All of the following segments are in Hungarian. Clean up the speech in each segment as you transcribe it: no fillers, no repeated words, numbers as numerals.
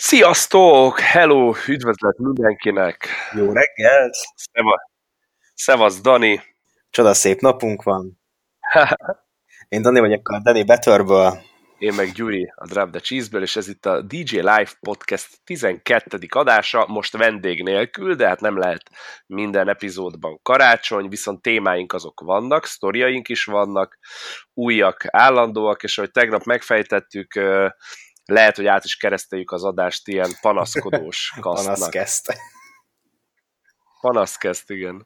Sziasztok! Hello! Üdvözlet mindenkinek! Jó reggelt! Szevasz, Dani! Csodaszép napunk van. Én Dani vagyok a Danny Betterből. Én meg Gyuri a Drop the Cheese-ből, és ez itt a DJ Live Podcast 12. adása, most vendég nélkül, de hát nem lehet minden epizódban karácsony, viszont témáink azok vannak, sztoriaink is vannak, újak, állandóak, és ahogy tegnap megfejtettük, lehet, hogy át is kereszteljük az adást ilyen panaszkodós kasztnak. Panaszkezt, igen.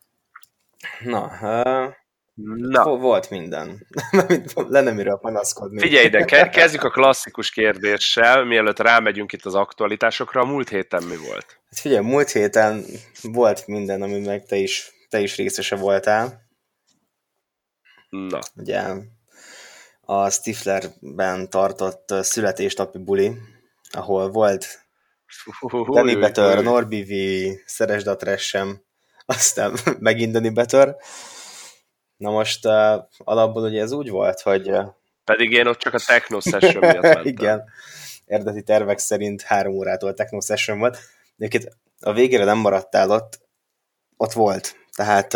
Volt minden. Lenne miről panaszkodni. Figyelj ide, kezdjük a klasszikus kérdéssel, mielőtt rámegyünk itt az aktualitásokra. A múlt héten mi volt? Hát figyelj, múlt héten volt minden, ami meg te is részese voltál. Na. Ugye a Stiflerben tartott születésnapi buli, ahol volt Danny Better, Norbi V, Szeresd a Tressem, aztán megint Danny Better. Na most alapból ugye ez úgy volt, hogy... Pedig én ott csak a Techno Session miatt mentem. Igen, eredeti tervek szerint 3 órától Techno Session volt. De a végére nem maradtál ott volt. Tehát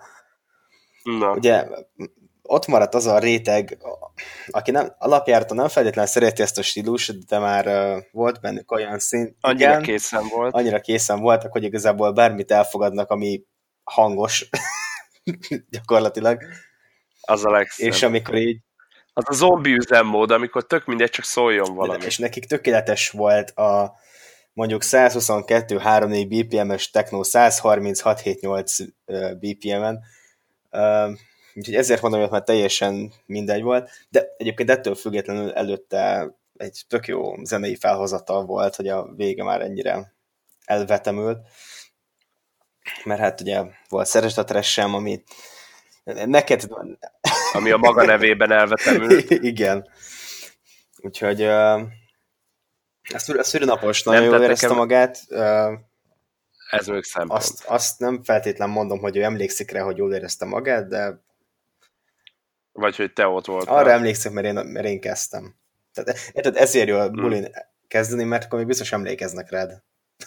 ugye ott maradt az a réteg, aki alapjártan nem feltétlenül szereti ezt a stílust, de már volt bennük olyan szint. Annyira készen volt. Annyira készen voltak, hogy igazából bármit elfogadnak, ami hangos. Gyakorlatilag. Az a legszebb. És amikor így... Az a zombi üzemmód, amikor tök mindegy, csak szóljon valami. És nekik tökéletes volt a mondjuk 122-3-4 BPM-es techno 136-7-8 BPM-en. Úgyhogy ezért mondom, hogy már teljesen mindegy volt. De egyébként ettől függetlenül előtte egy tök jó zenei felhozatal volt, hogy a vége már ennyire elvetemült. Mert hát ugye volt Szeresd a Tressem, ami neked... Ami a maga nevében elvetemült. Igen. Úgyhogy a szülinapos nagyon jól érezte magát. Ez még szempont. Azt nem feltétlen mondom, hogy ő emlékszik rá, hogy jól érezte magát, de... Vagy hogy te ott voltál. Arra emlékszik, mert én kezdtem. Tehát ezért jó a bulin kezdeni, mert akkor még biztos emlékeznek rád.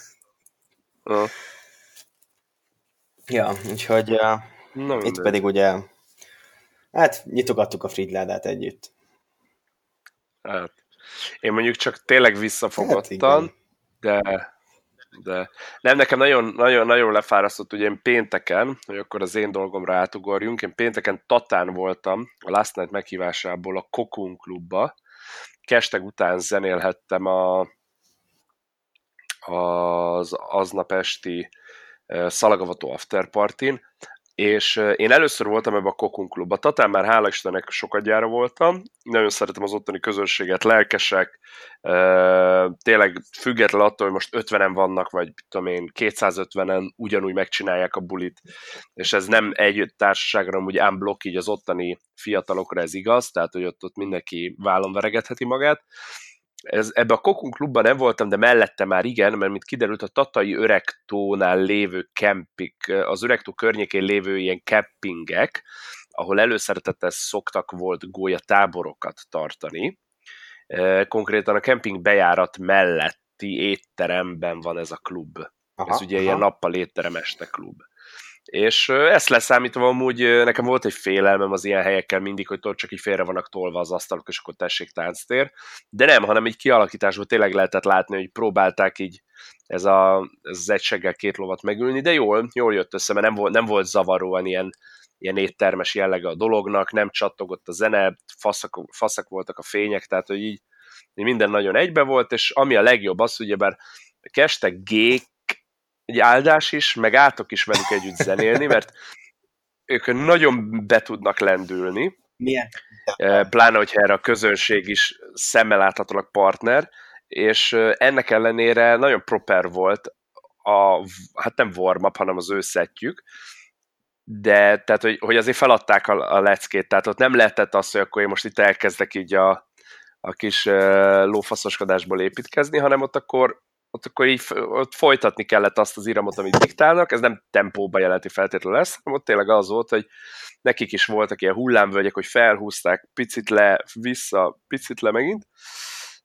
Ja, úgyhogy itt pedig ugye hát nyitogattuk a Fridládát együtt. Hát, én mondjuk csak tényleg visszafogottan, de nem, nekem nagyon lefárasztott, ugye én pénteken, hogy akkor az én dolgomra átugorjunk, én pénteken Tatán voltam a Last Night meghívásából a Cocoon Klubba, Kesteg után zenélhettem az aznap esti Szalagavató afterpartin, és én először voltam ebben a Cocoon Klubban. Tatán már hála Istennek sokadjára voltam, nagyon szeretem az ottani közönséget, lelkesek, tényleg független attól, hogy most 50-en vannak, vagy tudom én, 250-en ugyanúgy megcsinálják a bulit, és ez nem egy társaságra, hanem úgy unblock, így az ottani fiatalokra ez igaz, tehát hogy ott mindenki vállon veregetheti magát. Ebbe a Cocoon Klubban nem voltam, de mellette már igen, mert mint kiderült, a tatai Öregtónál lévő camping, az Öregtó környékén lévő ilyen campingek, ahol előszeretettel szoktak volt gólya táborokat tartani. Konkrétan a kemping bejárat melletti étteremben van ez a klub. Ez ugye ilyen nappal étterem, este klub. És ezt leszámítva amúgy nekem volt egy félelmem az ilyen helyekkel mindig, hogy csak így félre vannak tolva az asztalok, és akkor tessék tánctér. De nem, hanem egy kialakításból tényleg lehetett látni, hogy próbálták így ez az egyseggel 2 lovat megülni, de jól jött össze, mert nem volt zavaróan ilyen éttermes jellege a dolognak, nem csattogott a zene, faszak voltak a fények, tehát hogy így minden nagyon egybe volt, és ami a legjobb az, ugyebár Kesteg gék, egy áldás is, meg átok is velük együtt zenélni, mert ők nagyon be tudnak lendülni. Milyen? Pláne, hogyha erre a közönség is szemmel láthatólag partner, és ennek ellenére nagyon proper volt hát nem warm-up, hanem az ő szettjük, de tehát, hogy azért feladták a leckét, tehát ott nem lehetett az, hogy akkor én most itt elkezdek így a kis lófaszoskodásból építkezni, hanem ott akkor így ott folytatni kellett azt az iramot, amit diktálnak, ez nem tempóba jelenti feltétlenül lesz, hanem ott tényleg az volt, hogy nekik is voltak ilyen hullámvölgyek, hogy felhúzták, picit le, vissza, picit le megint,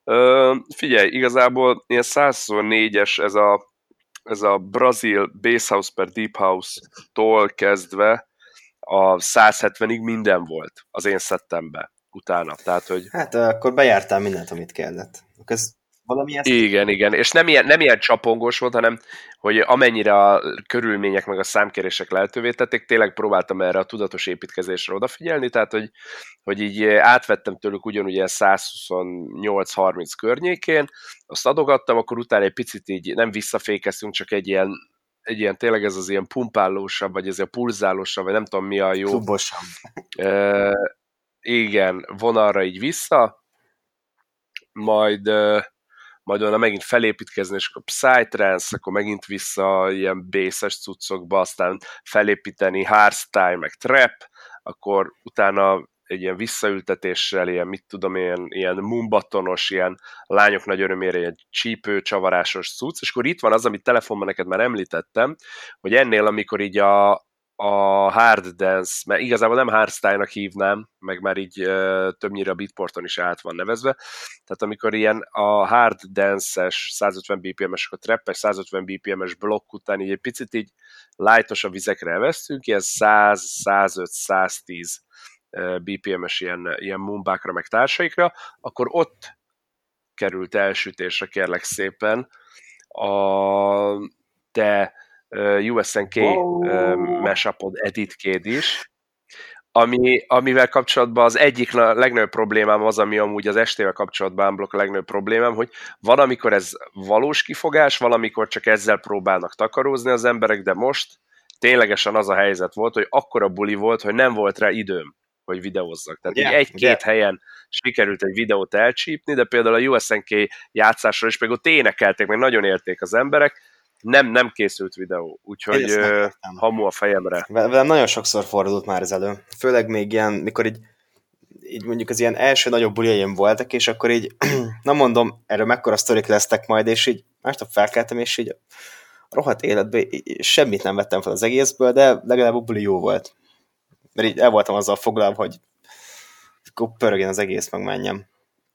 Figyelj, igazából ilyen 124-es ez a brazil Basshouse per Deep House-tól kezdve a 170-ig minden volt az én szettemben utána. Tehát, hogy... Hát akkor bejártál mindent, amit kellett. Ez valamilyen... Igen, és nem ilyen csapongós volt, hanem hogy amennyire a körülmények meg a számkérések lehetővé tették, tényleg próbáltam erre a tudatos építkezésre odafigyelni, tehát hogy így átvettem tőlük ugyanúgy ilyen 128-30 környékén, azt adogattam, akkor utána egy picit így nem visszafékeztünk, csak egy ilyen tényleg ez az ilyen pumpálósabb, vagy ez a pulzálósabb, vagy nem tudom mi a jó. Klubosabb. Igen, vonalra így vissza, majd onnan megint felépítkezni, és akkor Psytrance, akkor megint vissza ilyen bass-es cuccokba, aztán felépíteni hardstyle, meg trap, akkor utána egy ilyen visszaültetéssel, ilyen mit tudom, ilyen mumbatonos, ilyen lányok nagy örömére, ilyen csípő, csavarásos cucc, és akkor itt van az, amit telefonban neked már említettem, hogy ennél, amikor így a hard dance, mert igazából nem hardstyle-nak hívnám, meg már így többnyire a beatporton is át van nevezve, tehát amikor ilyen a hard dance-es 150 BPM-es, a trappes 150 BPM-es blokk után így egy picit így lightosabb vizekre elvesztünk, ilyen 100, 105, 110 BPM-es ilyen mumbákra, meg társaikra, akkor ott került elsütésre, kérlek szépen, te USNK mashupod Edit-kéd is, amivel kapcsolatban az egyik legnagyobb problémám az, ami amúgy az estével kapcsolatban unblock a legnagyobb problémám, hogy van, amikor ez valós kifogás, valamikor csak ezzel próbálnak takarózni az emberek, de most ténylegesen az a helyzet volt, hogy akkora buli volt, hogy nem volt rá időm, hogy videózzak. Tehát egy-két helyen sikerült egy videót elcsípni, de például a USNK játszásról is, meg ott énekelték, meg nagyon élték az emberek, nem készült videó, úgyhogy hamu a fejemre. Velem nagyon sokszor fordult már ez elő. Főleg még ilyen, mikor így mondjuk az ilyen első nagyobb buliaim voltak, és akkor így, nem mondom, erről mekkora sztorik lesztek majd, és így másnap felkeltem, és így a rohadt életben semmit nem vettem fel az egészből, de legalább a buli jó volt. Mert így el voltam azzal foglalva, hogy akkor pörögjen az egész, meg menjem.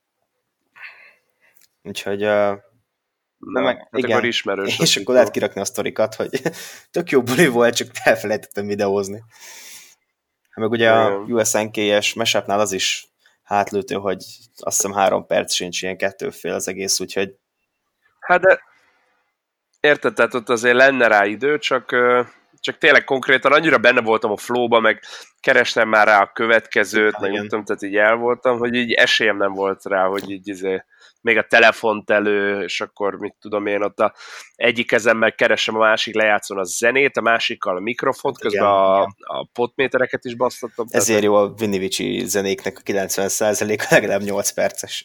Úgyhogy igen, ismerős. És akkor lehet kirakni a sztorikat, hogy tök jó buli volt, csak elfelejtettem videózni. Meg ugye a USNK-es mashupnál az is hátlőtő, hogy azt hiszem 3 perc sincs, ilyen 2,5 az egész, úgyhogy... Hát de érted, tehát ott azért lenne rá idő, csak tényleg konkrétan annyira benne voltam a flow-ba, meg kerestem már rá a következőt, meg nem tudom, tehát így el voltam, hogy így esélyem nem volt rá, hogy így még a telefont elő, és akkor mit tudom én, ott egyik kezemmel keresem, a másik lejátszon a zenét, a másikkal a mikrofont, közben a potmétereket is basztottam. Ezért jó a Vinivici zenéknek a 90%-a legalább 8 perces.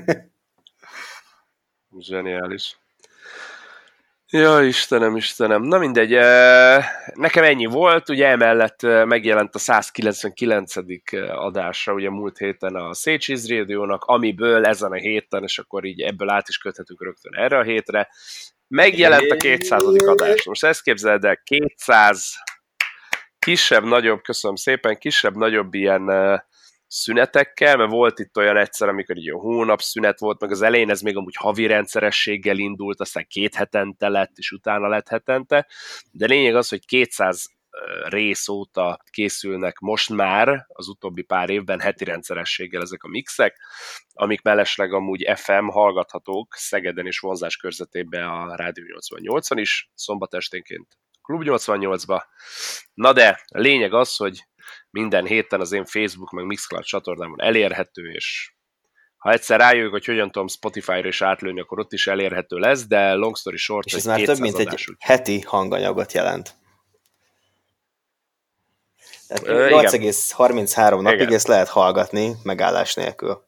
Zseniális. Ja, Istenem. Na mindegy, nekem ennyi volt, ugye emellett megjelent a 199. adása, ugye múlt héten a Széchenyi Radio-nak, amiből ezen a héten, és akkor így ebből át is köthetünk rögtön erre a hétre, megjelent a 200. adás. Most ezt képzeld el, 200 kisebb-nagyobb, köszönöm szépen, kisebb-nagyobb ilyen szünetekkel, mert volt itt olyan egyszer, amikor így a hónap szünet volt, meg az elején ez még amúgy havi rendszerességgel indult, aztán 2 hetente lett, és utána lett hetente, de lényeg az, hogy 200 rész óta készülnek most már az utóbbi pár évben heti rendszerességgel ezek a mixek, amik mellesleg amúgy FM hallgathatók Szegeden és vonzás körzetében a Rádió 88-on is, szombat esténként Klub 88-ba. Na de a lényeg az, hogy minden héten az én Facebook meg Mixcloud csatornámon elérhető, és ha egyszer rájövök, hogy hogyan tudom Spotify-ra is átlőni, akkor ott is elérhető lesz, de long story short, és ez már több mint egy heti hanganyagot jelent. Tehát 8,33 napig ezt lehet hallgatni megállás nélkül.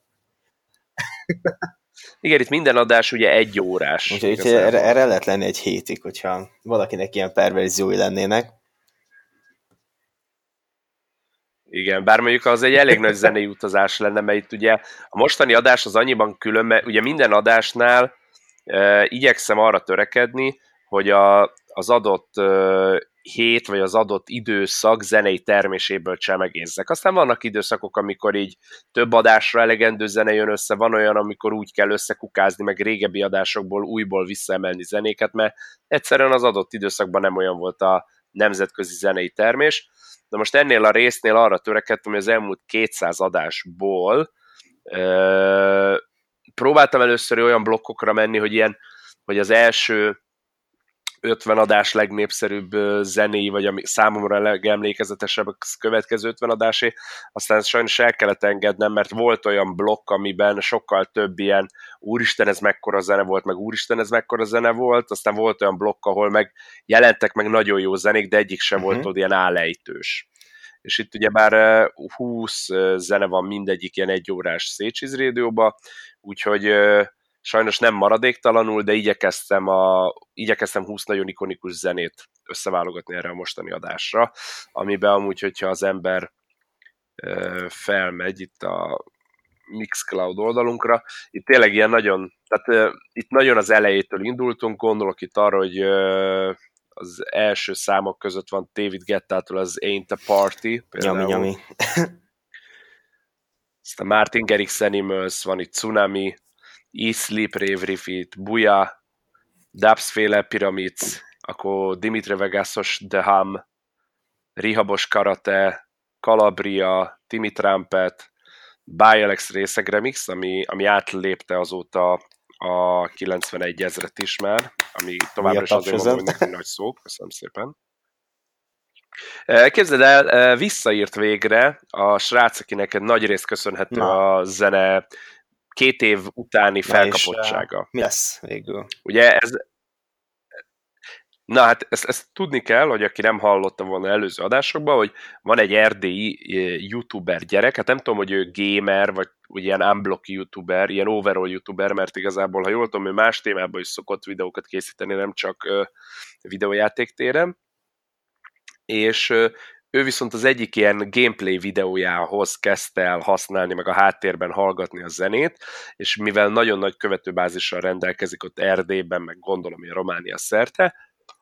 Igen, itt minden adás ugye 1 órás. Úgyhogy erre lehet lenni egy hétig, hogyha valakinek ilyen perverziói lennének. Igen, bár mondjuk az egy elég nagy zenei utazás lenne, mert itt ugye a mostani adás az annyiban külön, mert ugye minden adásnál igyekszem arra törekedni, hogy az adott hét, vagy az adott időszak zenei terméséből csemegézzek. Aztán vannak időszakok, amikor így több adásra elegendő zene jön össze, van olyan, amikor úgy kell összekukázni, meg régebbi adásokból újból visszaemelni zenéket, mert egyszerűen az adott időszakban nem olyan volt a nemzetközi zenei termés. De most ennél a résznél arra törekedtem, hogy az elmúlt 200 adásból próbáltam először olyan blokkokra menni, hogy az első 50 adás legnépszerűbb zenéi, vagy ami számomra legemlékezetesebb a következő 50 adásé, aztán sajnos el kellett engednem, mert volt olyan blokk, amiben sokkal több ilyen úristen, ez mekkora zene volt, meg úristen, ez mekkora zene volt, aztán volt olyan blokk, ahol meg jelentek meg nagyon jó zenék, de egyik sem volt ott ilyen álejtős. És itt ugyebár 20 zene van mindegyik ilyen egyórás Széchenyi rádióba, úgyhogy sajnos nem maradéktalanul, de igyekeztem 20 nagyon ikonikus zenét összeválogatni erre a mostani adásra, amiben amúgy, hogyha az ember felmegy itt a Mixcloud oldalunkra, itt tényleg ilyen nagyon, tehát itt nagyon az elejétől indultunk, gondolok itt arra, hogy az első számok között van David Guettától az Ain't a Party, például. Nyami. Aztán Martin Garrix Animals, van itt Tsunami, E-Sleep, Rave Refit, Buja, Dubs-féle Pyramids, akkor Dimitri Vegasos The Hum, Rihabos Karate, Calabria, Timmy Trumpet, Bialex részeg remix, ami átlépte azóta a 91 ezret is már, ami továbbra is azért mondom, hogy nekünk nagy szó. Köszönöm szépen. Képzeld el, visszaírt végre a srác, aki neked nagy részt köszönhető a zene 2 év utáni felkapottsága. Mi lesz végül? Ugye ez... Na hát ezt tudni kell, hogy aki nem hallotta volna előző adásokban, hogy van egy erdélyi youtuber gyerek, hát nem tudom, hogy ő gamer, vagy ilyen unblock youtuber, ilyen overall youtuber, mert igazából, ha jól tudom, ő más témában is szokott videókat készíteni, nem csak videójáték téren. És ő viszont az egyik ilyen gameplay videójához kezdte el használni, meg a háttérben hallgatni a zenét, és mivel nagyon nagy követőbázissal rendelkezik ott Erdélyben, meg gondolom, hogy Románia szerte,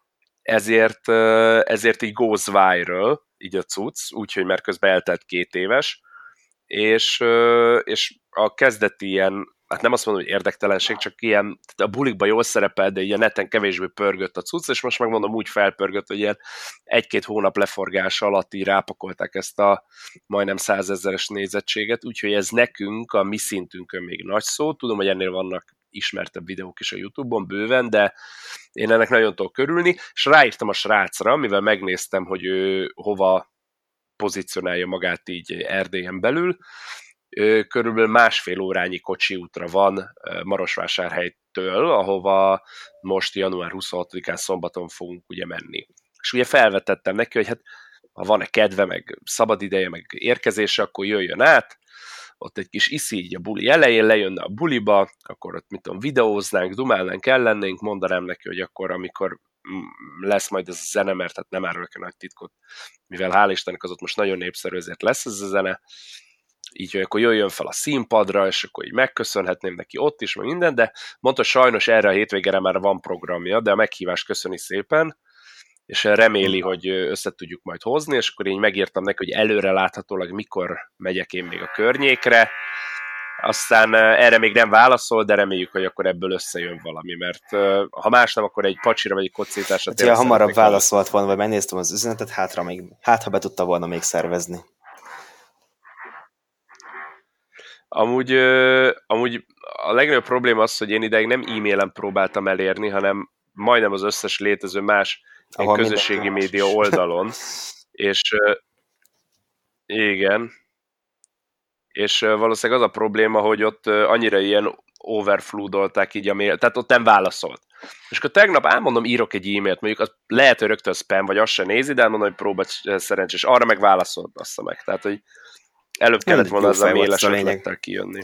ezért így goes viral, így a cucc, úgyhogy már közben eltelt 2 éves, és a kezdeti ilyen, hát nem azt mondom, hogy érdektelenség, csak ilyen, a bulikban jól szerepel, de ilyen neten kevésbé pörgött a cucc, és most megmondom, úgy felpörgött, hogy ilyen 1-2 hónap leforgása alatt így rápakolták ezt a majdnem 100 000-es nézettséget, úgyhogy ez nekünk, a mi szintünkön még nagy szó. Tudom, hogy ennél vannak ismertebb videók is a YouTube-on bőven, de én ennek nagyon tudok örülni, és ráírtam a srácra, mivel megnéztem, hogy ő hova pozícionálja magát így Erdélyen belül. Körülbelül 1,5 órányi kocsi útra van Marosvásárhelytől, ahova most január 26-án szombaton fogunk ugye menni. És ugye felvetettem neki, hogy hát ha van-e kedve, meg szabad ideje, meg érkezése, akkor jöjjön át, ott egy kis iszi így a buli elején, lejönne a buliba, akkor ott mit tudom, videóznánk, dumálnánk, ellennénk, mondanám neki, hogy akkor, amikor lesz majd ez a zene, mert hát nem árulok a nagy titkot, mivel hál' Istennek az ott most nagyon népszerű, ezért lesz ez a zene, így, hogy akkor jöjjön fel a színpadra, és akkor így megköszönhetném neki ott is, meg minden, de mondta, sajnos erre a hétvégére már van programja, de a meghívást köszöni szépen, és reméli, hogy össze tudjuk majd hozni, és akkor én megírtam neki, hogy előre láthatólag mikor megyek én még a környékre, aztán erre még nem válaszol, de reméljük, hogy akkor ebből összejön valami, mert ha más nem, akkor egy pacsira vagy egy kocintásra... Hát, ha hamarabb válaszolt volna, vagy megnéztem az üzenetet, ha be tudta volna még szervezni. Amúgy a legnagyobb probléma az, hogy én ideig nem e-mailen próbáltam elérni, hanem majdnem az összes létező más közösségi média oldalon, és igen, és valószínűleg az a probléma, hogy ott annyira ilyen overfloodolták így a mail, tehát ott nem válaszolt. És akkor tegnap mondom, írok egy e-mailt, mondjuk az lehet, hogy rögtön spam, vagy azt se nézi, de mondom, hogy próbálj szerencsés, arra meg válaszolt, bassza meg. Tehát, hogy előbb kellett volna az a mail-es ötlettel kijönni.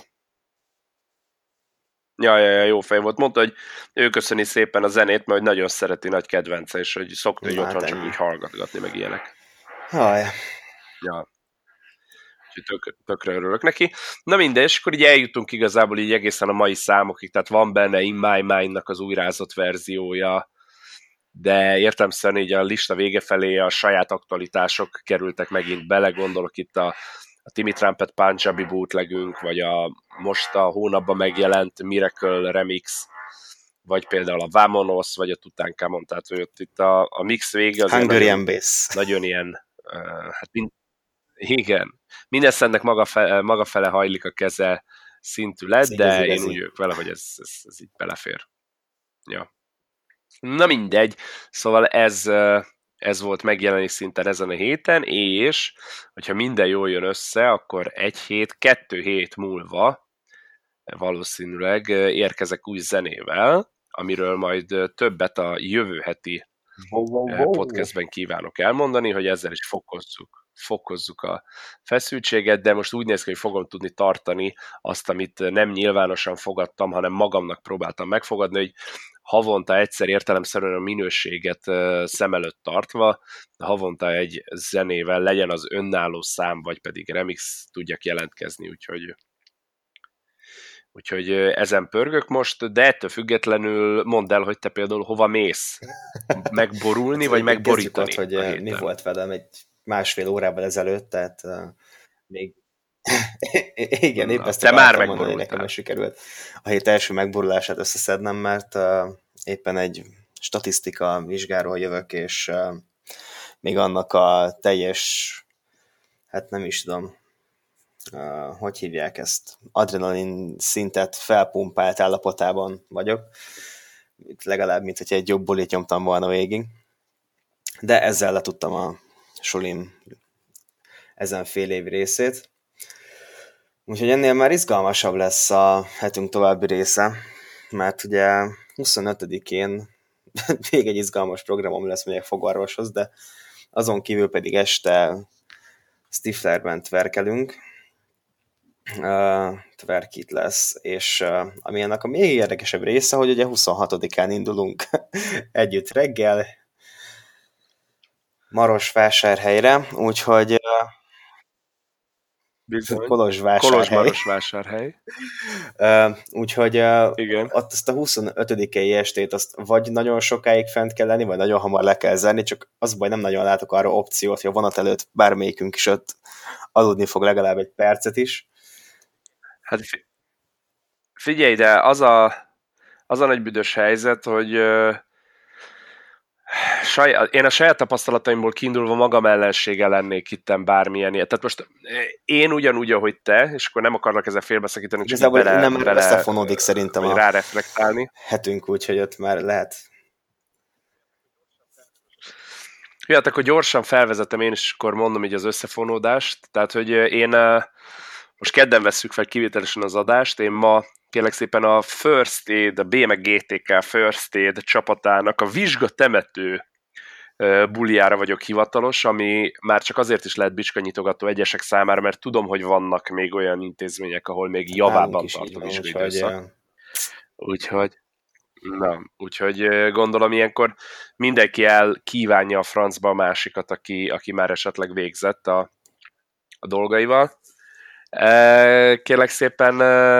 Ja, jó fej volt. Mondta, hogy ő köszöni szépen a zenét, mert nagyon szereti, nagy kedvence, és hogy szokta, hogy otthon csak úgy hallgatgatni, meg ilyenek. Ja. Úgyhogy tökre örülök neki. Na mindegy, és akkor így eljutunk igazából így egészen a mai számokig, tehát van benne In My Mind-nak az újrázott verziója, de értelemszerűen így a lista vége felé a saját aktualitások kerültek megint bele, gondolok itt a Timmy Trumpet Punjabi bootlegünk, vagy most a hónapban megjelent Miracle Remix, vagy például a Vamonos, vagy a Tutankhamon, tehát hogy ott itt a mix vége azért nagyon ilyen, hát igen, minden szennek maga fele hajlik a keze szintű lett, de én úgy jövök vele, hogy ez így belefér. Ja. Na mindegy, szóval ez volt megjelenés szinten ezen a héten, és hogyha minden jól jön össze, akkor 2 hét múlva valószínűleg érkezek új zenével, amiről majd többet a jövő heti podcastben kívánok elmondani, hogy ezzel is fokozzuk a feszültséget, de most úgy néz ki, hogy fogom tudni tartani azt, amit nem nyilvánosan fogadtam, hanem magamnak próbáltam megfogadni, hogy havonta egyszer értelemszerűen a minőséget szem előtt tartva, havonta egy zenével legyen az önálló szám, vagy pedig remix tudjak jelentkezni, úgyhogy ezen pörgök most, de ettől függetlenül mondd el, hogy te például hova mész? Megborulni, vagy megborítani? Ott, hogy mi volt velem egy másfél órával ezelőtt, tehát még igen, épp ezt akartam mondani, nekem sikerült a hét első megborulását összeszednem, mert éppen egy statisztika vizsgáról jövök, és még annak a teljes, hát nem is tudom, hogy hívják ezt, adrenalin szintet felpumpált állapotában vagyok. Legalább, mint hogy egy jobb bulit nyomtam volna végig. De ezzel letudtam a sulim ezen fél év részét. Úgyhogy ennél már izgalmasabb lesz a hetünk további része, mert ugye 25-én még egy izgalmas programom lesz, megyek fogorvoshoz, de azon kívül pedig este Stiflerben tverkelünk, tverkit lesz, és ami ennek a még érdekesebb része, hogy ugye 26-án indulunk együtt reggel Marosvásárhelyre, úgyhogy Kolozsvásárhely. Úgyhogy igen. Ott azt a 25-i estét azt vagy nagyon sokáig fent kell lenni, vagy nagyon hamar le kell zárni, csak az baj, nem nagyon látok arra opciót, hogy a vonat előtt bármelyikünk is ott aludni fog legalább egy percet is. Hát figyelj, de az a nagy büdös helyzet, hogy én a saját tapasztalataimból kiindulva magam ellensége lennék itten bármilyen ilyen. Tehát most én ugyanúgy, ahogy te, és akkor nem akarnak ezzel félbeszakítani, csak nem összefonódik szerintem a ráreflektálni. Hetünk úgy, hogy ott már lehet. Ja, hát akkor gyorsan felvezetem én is, akkor mondom így az összefonódást. Tehát, hogy én most kedden vesszük fel kivételesen az adást, én ma kérlek szépen a First Aid, a B meg GTK First Aid csapatának a vizsga temető buliára vagyok hivatalos, ami már csak azért is lehet bicskanyitogató egyesek számára, mert tudom, hogy vannak még olyan intézmények, ahol még javában tart a vizsgaidőszak. Úgyhogy gondolom ilyenkor mindenki kívánja a francba a másikat, aki már esetleg végzett a dolgaival. Kérlek szépen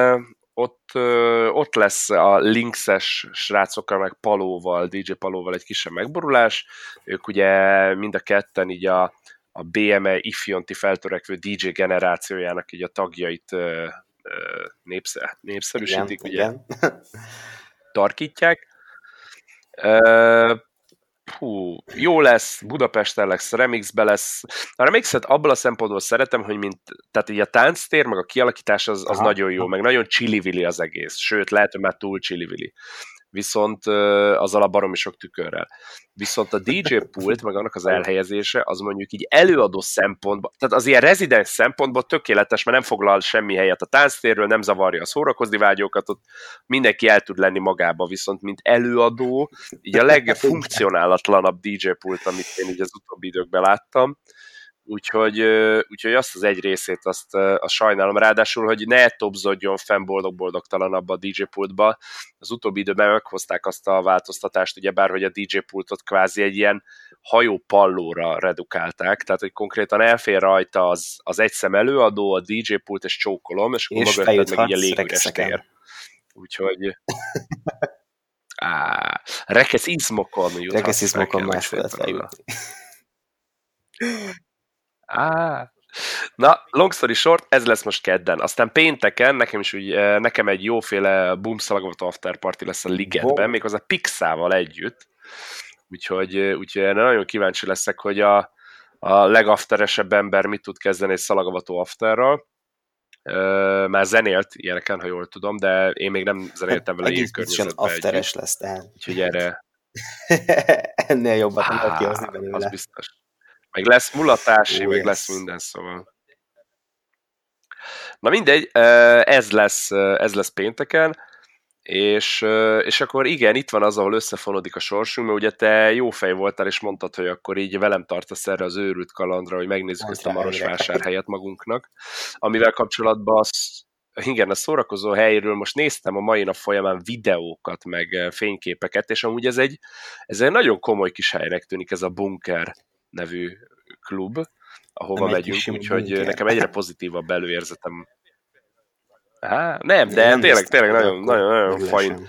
ott lesz a Lynxes srácokkal, meg Palóval, DJ Palóval egy kisebb megborulás. Ők ugye mind a ketten így a BME ifjonti feltörekvő DJ generációjának így a tagjait népszerűsítik, igen. Tarkítják. Jó lesz, Budapesten lesz, remixbe lesz. A remixet abból a szempontból szeretem, hogy tehát így a tánctér, meg a kialakítás az nagyon jó, meg nagyon csili-vili az egész. Sőt, lehet, hogy már túl csili-vili. Viszont azzal a baromi sok tükörrel. Viszont a DJ pult, meg annak az elhelyezése, az mondjuk így előadó szempontból, tehát az ilyen rezidens szempontból tökéletes, mert nem foglal semmi helyet a tánctérről, nem zavarja a szórakozni vágyókat, ott mindenki el tud lenni magába, viszont mint előadó, így a legfunkcionálatlanabb DJ pult, amit én így az utóbbi időkben láttam. Úgyhogy azt az egy részét azt sajnálom, ráadásul, hogy ne topzodjon fenn boldog-boldogtalanabb a DJ pultba. Az utóbbi időben meghozták azt a változtatást, ugyebár, hogy a DJ pultot kvázi egy ilyen hajópallóra redukálták, tehát hogy konkrétan elfér rajta az egy szem előadó, a DJ pult és csókolom, és akkor mögötted meg így a légüres tér. Úgyhogy rekeszizmokon juthatsz Rekeszizmokon más felett feljutni. Na, long story short, ez lesz most kedden. Aztán pénteken nekem egy jóféle boomszalagavató afterparty lesz a Ligetben, méghozzá Pixával együtt. Úgyhogy nagyon kíváncsi leszek, hogy a legafteresebb ember mit tud kezdeni egy szalagavató afterral. Már zenélt ilyeneken, ha jól tudom, de én még nem zenéltem vele ilyen környezetben együtt. Afteres lesz, tehát. Úgyhogy erre... Ennél jobbat nem lehet kihozni belőle. Az biztos. Meg lesz mulatási, meg lesz minden, szóval. Na mindegy, ez lesz pénteken, és akkor igen, itt van az, ahol összefonódik a sorsunk, mert ugye te jó fej voltál, és mondtad, hogy akkor így velem tartasz erre az őrült kalandra, hogy megnézzük ezt a Marosvásárhelyet magunknak, amivel kapcsolatban igen, a szórakozó helyről most néztem a mai nap folyamán videókat, meg fényképeket, és amúgy ez egy nagyon komoly kis helynek tűnik ez a Bunker nevű klub, ahova megyünk, úgyhogy nekem egyre pozitívabb előérzetem. Nem, de tényleg nagyon fajn.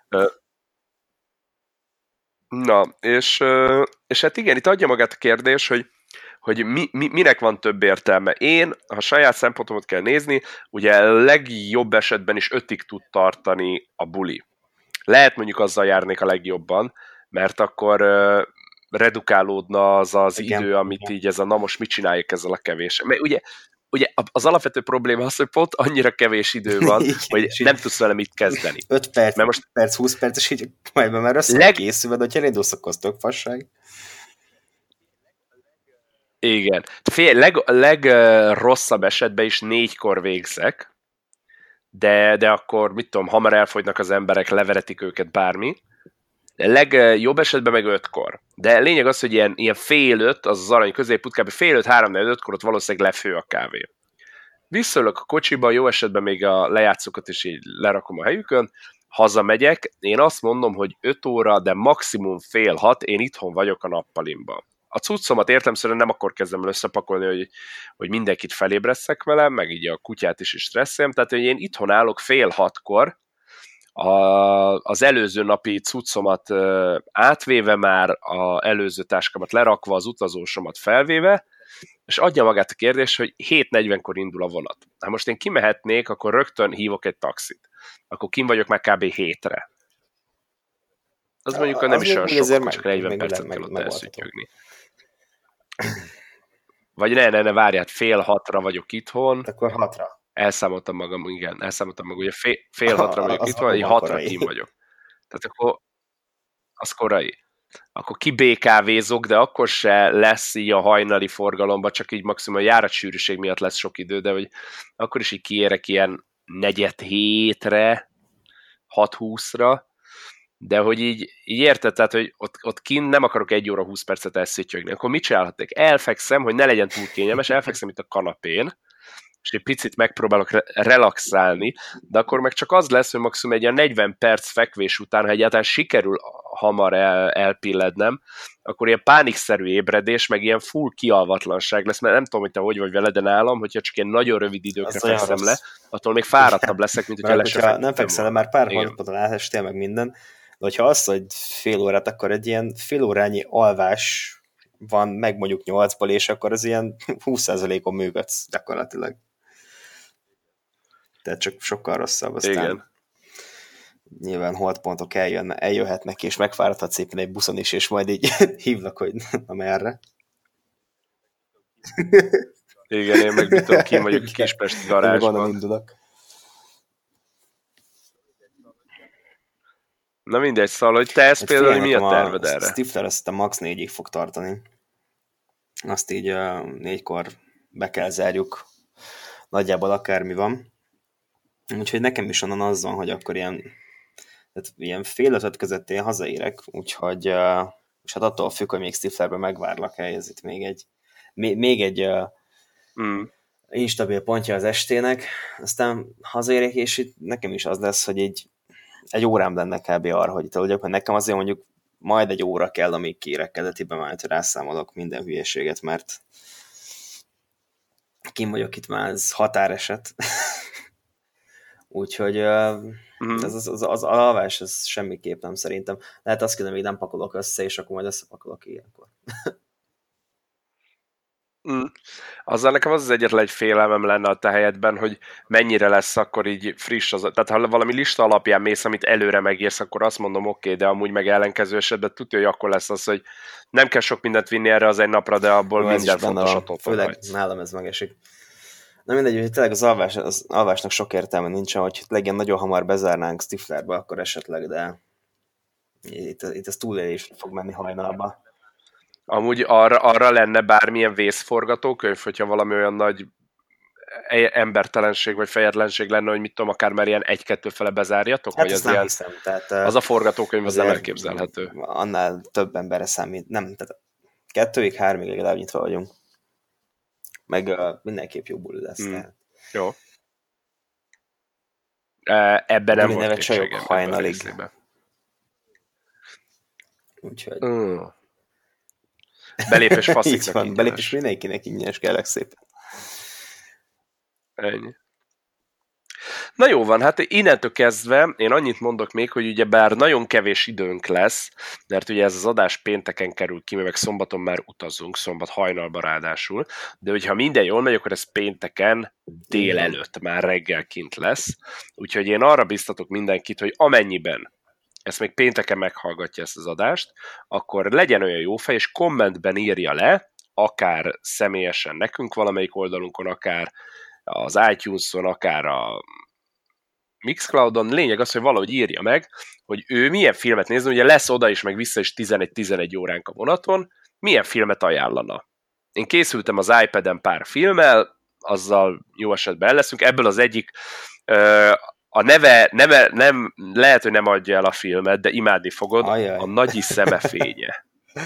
Na, és hát igen, itt adja magát a kérdés, hogy minek van több értelme. Én, ha saját szempontomat kell nézni, ugye legjobb esetben is 5-ig tud tartani a buli. Lehet mondjuk azzal járnék a legjobban, mert akkor redukálódna az idő, amit így ez na most mit csináljuk ezzel a kevés. Mert ugye az alapvető probléma az, hogy pont annyira kevés idő van, hogy nem tudsz vele mit kezdeni. 5 perc, mert most 20 perc, és így majd már összekészülve, de hogyha elindulsz, akkor az tök fasság. Igen. Legrosszabb esetben is 4-kor végzek, de akkor, mit tudom, hamar elfogynak az emberek, leveretik őket, bármi. Legjobb esetben meg 5-kor. De lényeg az, hogy ilyen fél 5, az arany középút, kb. Fél 5, 3-4-5-kor ott valószínűleg lefő a kávé. Visszaülök a kocsiba, jó esetben még a lejátszókat is így lerakom a helyükön, hazamegyek, én azt mondom, hogy 5 óra, de maximum fél 6, én itthon vagyok a nappalimban. A cuccomat értelemszerűen nem akkor kezdem el összepakolni, hogy mindenkit felébresszek vele, meg így a kutyát is stresszeljem, tehát hogy én itthon állok fél 6-kor, az előző napi cuccomat átvéve már, az előző táskámat lerakva, az utazósomat felvéve, és adja magát a kérdés, hogy 7:40-kor indul a vonat. Ha most én kimehetnék, akkor rögtön hívok egy taxit. Akkor kim vagyok már kb. 7-re. Az mondjuk nem is olyan sok, csak 40 percet kell ott elszütyögni. Vagy ne, várját, fél 6-ra vagyok itthon. Akkor 6-ra. Elszámoltam magam, ugye fél 6-ra vagyok itthon, így 6-ra kim vagyok. Tehát akkor az korai. Akkor kibékávézok, de akkor se lesz így a hajnali forgalomba, csak így maximum a járatsűrűség miatt lesz sok idő, de hogy akkor is így kiérek ilyen 6:45-re, 6:20-ra, de hogy így érted, tehát, hogy ott kint nem akarok 1 óra 20 percet elszütyögni. Akkor mit csinálhatnék? Elfekszem, hogy ne legyen túl kényelmes, elfekszem itt a kanapén, és egy picit megpróbálok relaxálni, de akkor meg csak az lesz, hogy maximum egy ilyen 40 perc fekvés után, ha egyáltalán sikerül hamar elpillednem, akkor ilyen pánikszerű ébredés, meg ilyen full kialvatlanság lesz, mert nem tudom, hogy te hogy vagy vele, de nálam, hogyha csak ilyen nagyon rövid időkre fekszem le, attól még fáradtabb leszek, mint hogyha nem fekszem le, már pár hónapodon átestél meg minden, de hogyha azt, hogy fél órát, akkor egy ilyen fél órányi alvás van, meg mondjuk 8-ból, és akkor az ilyen 20%-on működsz gyakorlatilag. Tehát csak sokkal rosszabb, aztán igen. Nyilván holdpontok eljöhetnek, és megfáradhat szépen egy buszon is, és majd így hívlak, hogy na merre. Igen, én meg tudom, ki vagyok a Kispesti garázsban. Indulok. Na mindegy, szóval, hogy te ezt például mi a terved erre? A Stifler azt a max 4-ig fog tartani. Azt így 4-kor be kell zárjuk. Nagyjából akármi van. Úgyhogy nekem is onnan az van, hogy akkor ilyen fél 5 között én hazaérek, úgyhogy és hát attól függ, hogy még Stiflerben megvárlak el, ez itt még egy instabil pontja az estének, aztán hazaérek, és itt nekem is az lesz, hogy egy órám lenne kb. Arra, hogy itt vagyok, mert nekem azért mondjuk majd 1 óra kell, amíg kiérekedetiben már rászámolok minden hülyeséget, mert kim vagyok itt már, ez határeset. Úgyhogy Az alvás, ez semmiképp nem szerintem. Lehet azt kérdem, hogy nem pakolok össze, és akkor majd összepakolok ilyenkor. Azzal nekem az egyetlen egy félelmem lenne a te helyedben, hogy mennyire lesz akkor így friss az. Tehát ha valami lista alapján mész, amit előre megírsz, akkor azt mondom oké, de amúgy meg ellenkező esetben tudja, hogy akkor lesz az, hogy nem kell sok mindent vinni erre az egy napra, de abból minden fontosat ott főleg nálam ez megesik. Na mindegy, hogy tényleg az alvásnak sok értelme nincsen, hogy legyen nagyon hamar bezárnánk Stiflerbe, akkor esetleg, de itt ez túlélés fog menni hajnalba. Amúgy arra lenne bármilyen vészforgatókönyv, hogyha valami olyan nagy embertelenség vagy fejetlenség lenne, hogy mit tudom, akár már ilyen 1-2 fele bezárjatok? Hát vagy az nem hiszem. Tehát, az a forgatókönyv az nem elképzelhető. Annál több emberre számít. Nem, tehát 2-3 legalább nyitva vagyunk. Meg mindenképp jó buli lesz. Jó. Ebben nem volt kétségem. Hajnalig. Úgyhogy... Belépés fasziknak van, belépés mindenkinek ingyenes, kérlek szépen. Ennyi. Na jó van, hát innentől kezdve én annyit mondok még, hogy ugye bár nagyon kevés időnk lesz, mert ugye ez az adás pénteken kerül ki, meg szombaton már utazunk, szombat hajnalban ráadásul, de hogyha minden jól megy, akkor ez pénteken délelőtt már reggel kint lesz. Úgyhogy én arra biztatok mindenkit, hogy amennyiben ezt még pénteken meghallgatja ezt az adást, akkor legyen olyan jó fej, és kommentben írja le, akár személyesen nekünk valamelyik oldalunkon, akár az iTunes-on, akár a Mixcloudon, lényeg az, hogy valahogy írja meg, hogy ő milyen filmet nézni, ugye lesz oda is, meg vissza is 11-11 óránk a vonaton, milyen filmet ajánlana. Én készültem az iPad-en pár filmmel, azzal jó esetben el leszünk, ebből az egyik a neve nem, lehet, hogy nem adja el a filmet, de imádni fogod, Ajaj. A Nagyi szeme fénye.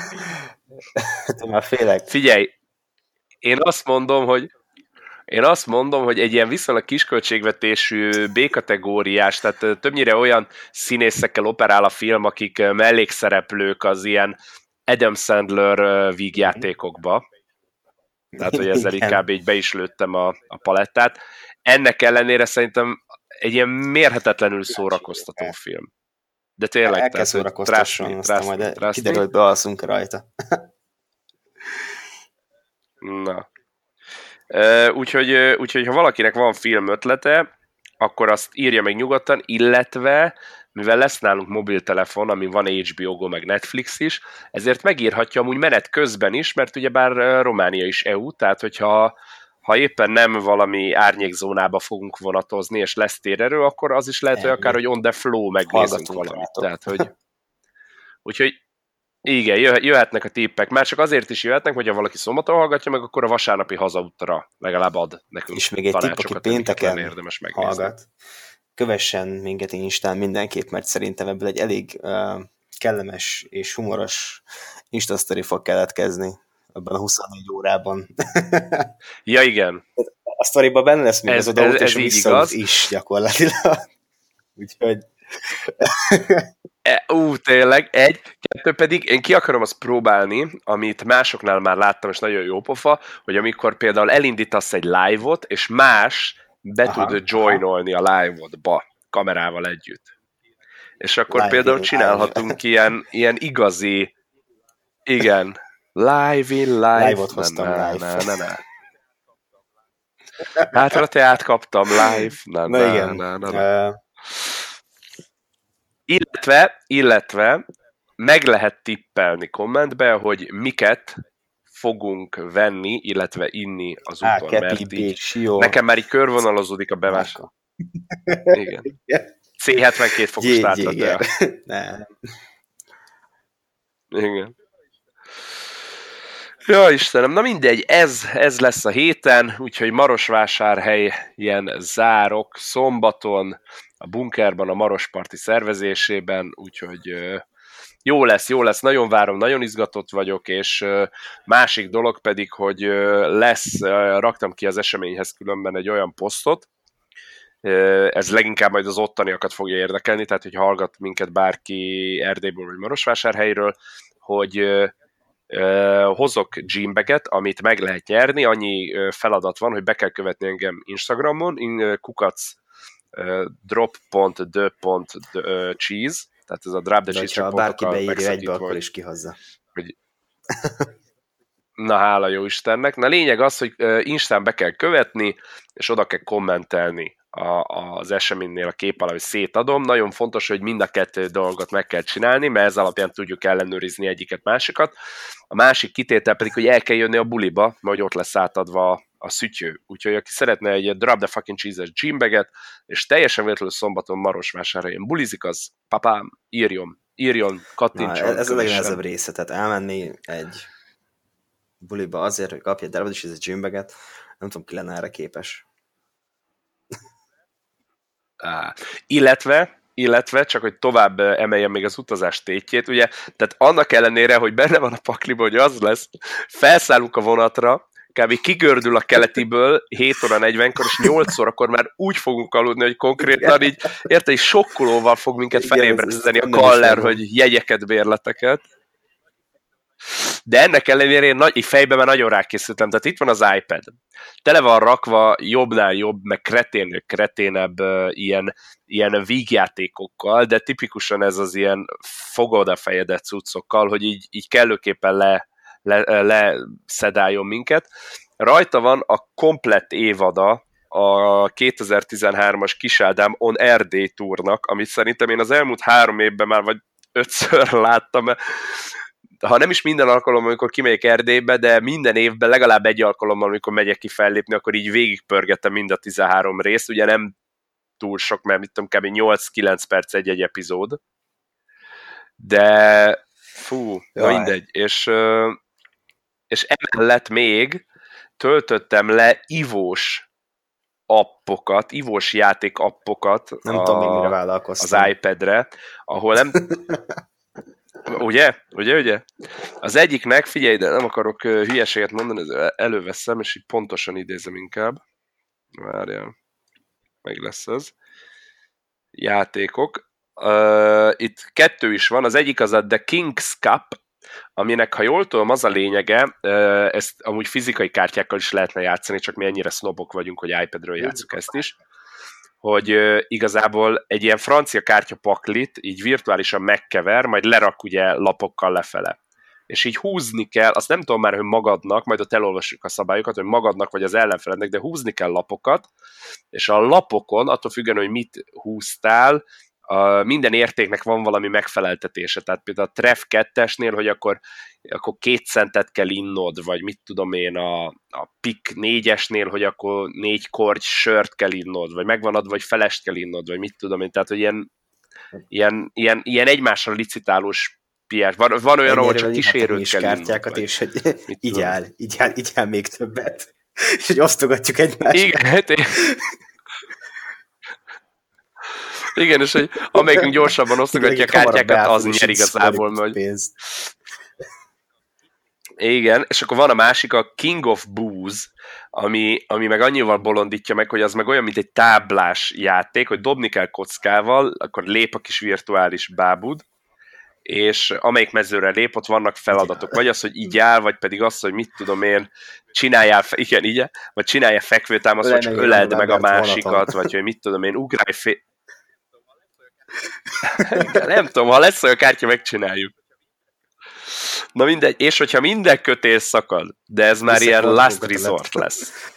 Már félek. Figyelj, én azt mondom, hogy egy ilyen viszonylag kisköltségvetésű B-kategóriás, tehát többnyire olyan színészekkel operál a film, akik mellékszereplők az ilyen Adam Sandler vígjátékokba. Tehát, hogy ezzel inkább így be is lőttem a palettát. Ennek ellenére szerintem egy ilyen mérhetetlenül szórakoztató film. De tényleg, el kell szórakoztasson, aztán majd kiderül, hogy bealszunk rajta. Na. Úgyhogy ha valakinek van film ötlete, akkor azt írja meg nyugodtan, illetve mivel lesz nálunk mobiltelefon, ami van HBO Go meg Netflix is, ezért megírhatja amúgy menet közben is, mert ugyebár Románia is EU, tehát hogyha éppen nem valami árnyékzónába fogunk vonatozni, és lesz térerő, akkor az is lehet, hogy akár, hogy on the flow megnézünk valamit. Tehát, hogy... Úgyhogy igen, jöhetnek a tippek. Már csak azért is jöhetnek, hogyha valaki szombaton hallgatja meg, akkor a vasárnapi hazaútra legalább ad nekünk és még egy tipp, aki pénteken érdemes hallgat, kövessen minket Instán mindenképp, mert szerintem ebből egy elég kellemes és humoros Insta-sztori fog keletkezni ebben a 24 órában. Ja, igen. A sztoriban benne lesz még az odaút, és visszaút is gyakorlatilag. Úgyhogy... Tényleg. 2 pedig én ki akarom azt próbálni, amit másoknál már láttam, és nagyon jó pofa, hogy amikor például elindítasz egy live-ot, és más tud joinolni a live-otba kamerával együtt. És akkor live például csinálhatunk ilyen igazi, igen, live-ot hoztam live. Hátra te átkaptam live. Igen. Illetve meg lehet tippelni kommentbe, hogy miket fogunk venni, illetve inni az úton, mert így nekem már így körvonalazódik a bevásárlás. Igen. C72 fokos tártatja. Igen. Ja, Istenem, na mindegy, ez lesz a héten, úgyhogy Marosvásárhelyen zárok szombaton, a bunkerban, a Marosparti szervezésében, úgyhogy jó lesz, nagyon várom, nagyon izgatott vagyok, és másik dolog pedig, hogy raktam ki az eseményhez különben egy olyan posztot, ez leginkább majd az ottaniakat fogja érdekelni, tehát hogy hallgat minket bárki Erdélyből vagy Marosvásárhelyről, hogy hozok gymbag-et, amit meg lehet nyerni, annyi feladat van, hogy be kell követni engem Instagramon, kukac drop.the.cheese, tehát ez a drop the cheese, csak bárki beírja egybe, akkor is kihozza. Hogy... Na, hála jó Istennek. Na, lényeg az, hogy Instán be kell követni, és oda kell kommentelni az eseménynél a kép alá, hogy szétadom. Nagyon fontos, hogy mind a kettő dolgot meg kell csinálni, mert ez alapján tudjuk ellenőrizni egyiket másikat. A másik kitétel pedig, hogy el kell jönni a buliba, mert ott lesz átadva a szütyő. Úgyhogy aki szeretne egy drop the fucking cheese-es gymbaget, és teljesen véletlenül szombaton Marosvásárhelyen bulizik, az papám, írjon, kattintson. Ez a legnehezebb része, tehát elmenni egy buliba azért, hogy kapja egy drop the cheese-es gymbaget, nem tudom, ki lenne erre képes. Illetve, csak hogy tovább emeljem még az utazás tétjét, ugye, tehát annak ellenére, hogy benne van a pakliba, hogy az lesz, felszállunk a vonatra, kb. Kigördül a keletiből 7 óra 40-kor, és 8 órakor már úgy fogunk aludni, hogy konkrétan így, érted, és sokkolóval fog minket felébreszteni a kaller, hogy jegyeket, bérleteket. De ennek ellenére én így fejben már nagyon rákészültem. Tehát itt van az iPad. Tele van rakva jobbnál jobb, meg kreténnél kreténebb ilyen vígjátékokkal, de tipikusan ez az ilyen fogod a fejedet cuccokkal, hogy így kellőképpen leszedáljon minket. Rajta van a komplett évada a 2013-as Kisádám On Air Day Tournak, amit szerintem én az elmúlt 3 évben már vagy 5-ször láttam, ha nem is minden alkalommal, amikor kimegyek Erdélybe, de minden évben legalább egy alkalommal, amikor megyek ki fellépni, akkor így végigpörgettem mind a 13 részt, ugye nem túl sok, mert mit tudom, kb. 8-9 perc egy epizód, de na mindegy, és emellett még töltöttem le ivós appokat, ivós játék appokat nem tudom még mire vállalkoztam az iPad-re, ahol nem... Ugye? Az egyiknek, figyelj, de nem akarok hülyeséget mondani, előveszem, és így pontosan idézem inkább. Várjál, meg lesz ez. Játékok. Itt 2 is van, az egyik az a The King's Cup, aminek, ha jól tudom, az a lényege, ezt amúgy fizikai kártyákkal is lehetne játszani, csak mi ennyire sznobok vagyunk, hogy iPadről játsszuk ezt is, hogy igazából egy ilyen francia kártyapaklit így virtuálisan megkever, majd lerak ugye lapokkal lefele. És így húzni kell, azt nem tudom már, hogy magadnak, majd ott elolvassuk a szabályokat, hogy magadnak vagy az ellenfelednek, de húzni kell lapokat, és a lapokon, attól függően, hogy mit húztál, minden értéknek van valami megfeleltetése. Tehát például a Treff 2-esnél, hogy akkor 2 centet kell innod, vagy mit tudom én, a Pick 4-esnél, hogy akkor 4 korty sört kell innod, vagy megvan adva, vagy felest kell innod, vagy mit tudom én. Tehát, hogy ilyen egymásra licitálós piás. Van olyan, ahol csak kísérőt kell innod. Kártyákat, és hogy így áll még többet. És hogy osztogatjuk egymást. Igen, igen, és hogy amelyikünk gyorsabban osztogatja a kártyákat, az nyer igazából. Hogy... Igen, és akkor van a másik, a King of Booze, ami meg annyival bolondítja meg, hogy az meg olyan, mint egy táblás játék, hogy dobni kell kockával, akkor lép a kis virtuális bábud, és amelyik mezőre lép, ott vannak feladatok. Vagy az, hogy így áll, vagy pedig az, hogy mit tudom én, csináljál fekvőtámaszt, vagy csak öleld meg a másikat, vagy hogy mit tudom én, ugrálj nem tudom, ha lesz olyan kártya, megcsináljuk. Na mindegy, és hogyha minden kötél szakad, de ez már ilyen last resort lesz,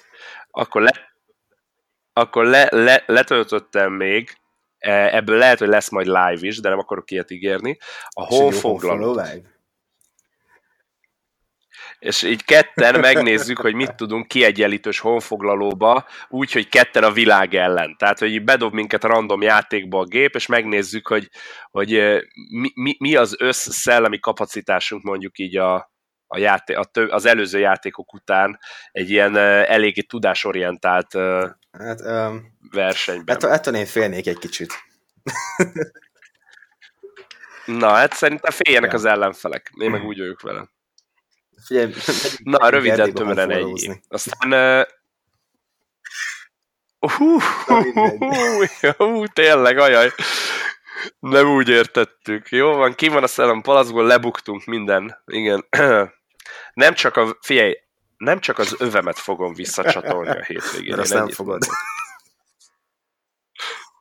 akkor letöltöttem még, ebből lehet, hogy lesz majd live is, de nem akarok ilyet ígérni, a honfoglaló. És így ketten megnézzük, hogy mit tudunk kiegyenlítős honfoglalóba, úgy, hogy ketten a világ ellen. Tehát, hogy így bedob minket random játékba a gép, és megnézzük, hogy mi az összszellemi kapacitásunk mondjuk így az előző játékok után egy ilyen eléggé tudásorientált versenyben. Ettől én félnék egy kicsit. Na, hát szerintem féljenek az ellenfelek. Én meg úgy vagyok vele. Na, röviden, tömören ennyi. Aztán... Tényleg, ajaj. Nem úgy értettük. Jó van, ki van a szellem palaszból, lebuktunk minden. Igen. Nem csak az övemet fogom visszacsatolni a hétvégén. Mert azt nem fogod.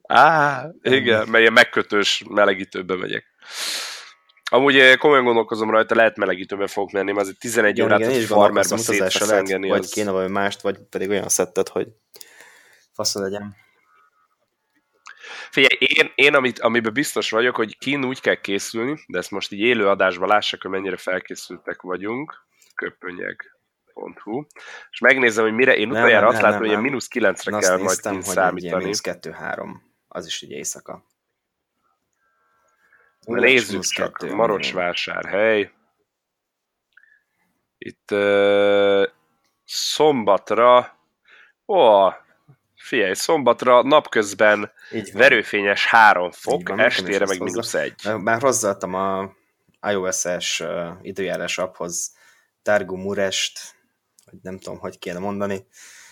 Igen, mert ilyen megkötős melegítőbe megyek. Amúgy komolyan gondolkozom rajta, lehet melegítőbe fogok menni, mert azért 11 órát a farmerba szétfeszengeni. Vagy kéne valami mást, vagy pedig olyan szettet, hogy faszol legyen. Figyelj, én amiben biztos vagyok, hogy kín úgy kell készülni, de ezt most így élő adásban lássák, hogy mennyire felkészültek vagyunk. Köpönyeg.hu. És megnézem, hogy mire, én utoljára azt látom, hogy ilyen -9-re kell majd kín számítani. -2-3. Az is ugye éjszaka. Na nézzük csak, Marosvásárhely. Itt szombatra, figyelj, szombatra napközben verőfényes 3 fok, estére meg -1. Már hozzáadtam a iOS-es időjárás apphoz Targu Murest, hogy nem tudom, hogy kéne mondani.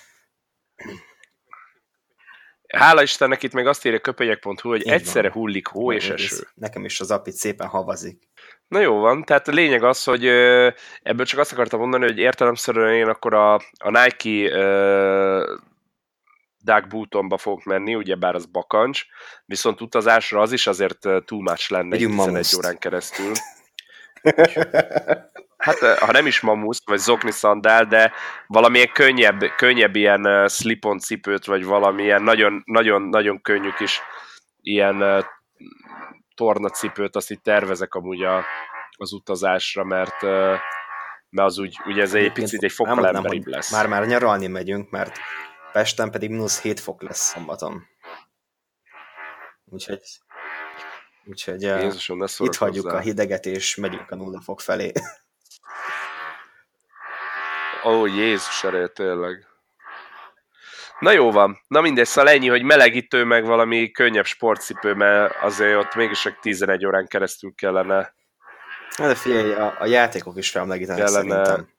Hála Istennek itt még azt írja köpönyeg.hu, hogy egyszerre hullik hó és eső. Nekem is az app itt szépen havazik. Na jó van, tehát a lényeg az, hogy ebből csak azt akartam mondani, hogy értelemszerűen én akkor a Nike Dark Bootomba fogok menni, ugyebár az bakancs, viszont utazásra az is azért too much lenne 11 órán keresztül. Hát, ha nem is mamusz, vagy zokni szandál, de valamilyen könnyebb ilyen slip-on cipőt, vagy valamilyen nagyon könnyű kis ilyen tornacipőt, azt így tervezek amúgy az utazásra, mert az úgy, ugye ez egy picit egy fokkal emberibb lesz. Már nyaralni megyünk, mert Pesten pedig -7 fok lesz szombaton. Úgyhogy Jézusom, itt hagyjuk a hideget, és megyünk a 0 fok felé. Ó, Jézus ereje, tényleg. Na jó van. Na mindegy, szóval ennyi, hogy melegítő, meg valami könnyebb sportcipő, mert azért ott mégis csak 11 órán keresztül kellene. De figyelj, a játékok is felmelegítenek szerintem.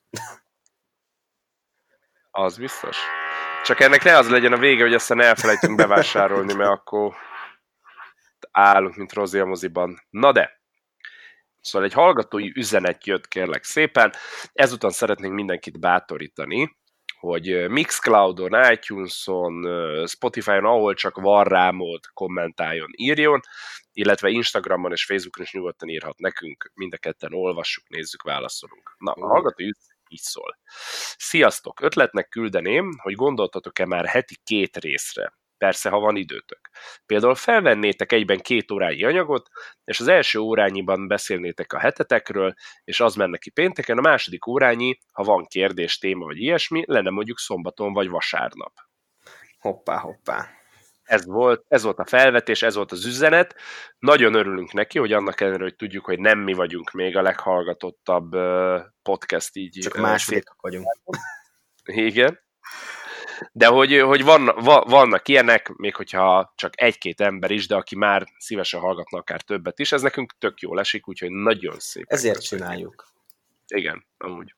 Az biztos. Csak ennek ne az legyen a vége, hogy aztán elfelejtünk bevásárolni, mert akkor állunk, mint Rozi a moziban. Na de, szóval egy hallgatói üzenet jött, kérlek szépen. Ezután szeretnénk mindenkit bátorítani, hogy Mixcloudon, iTunes-on, Spotify-on, ahol csak van rá mód, kommentáljon, írjon, illetve Instagramon és Facebookon is nyugodtan írhat nekünk, mind a ketten olvassuk, nézzük, válaszolunk. Na, a hallgatói üzenet így szól. Sziasztok! Ötletnek küldeném, hogy gondoltatok-e már heti 2 részre. Persze, ha van időtök. Például felvennétek egyben 2 órányi anyagot, és az első órányiban beszélnétek a hetetekről, és az menne ki pénteken, a második órányi, ha van kérdés, téma vagy ilyesmi, lenne mondjuk szombaton vagy vasárnap. Hoppá. Ez volt a felvetés, ez volt az üzenet. Nagyon örülünk neki, hogy annak ellenére, hogy tudjuk, hogy nem mi vagyunk még a leghallgatottabb podcast így. Csak másodikak vagyunk. Igen. De hogy vannak ilyenek, még hogyha csak 1-2 ember is, de aki már szívesen hallgatna akár többet is, ez nekünk tök jól esik, úgyhogy nagyon szép. Ezért csináljuk. Igen, amúgy.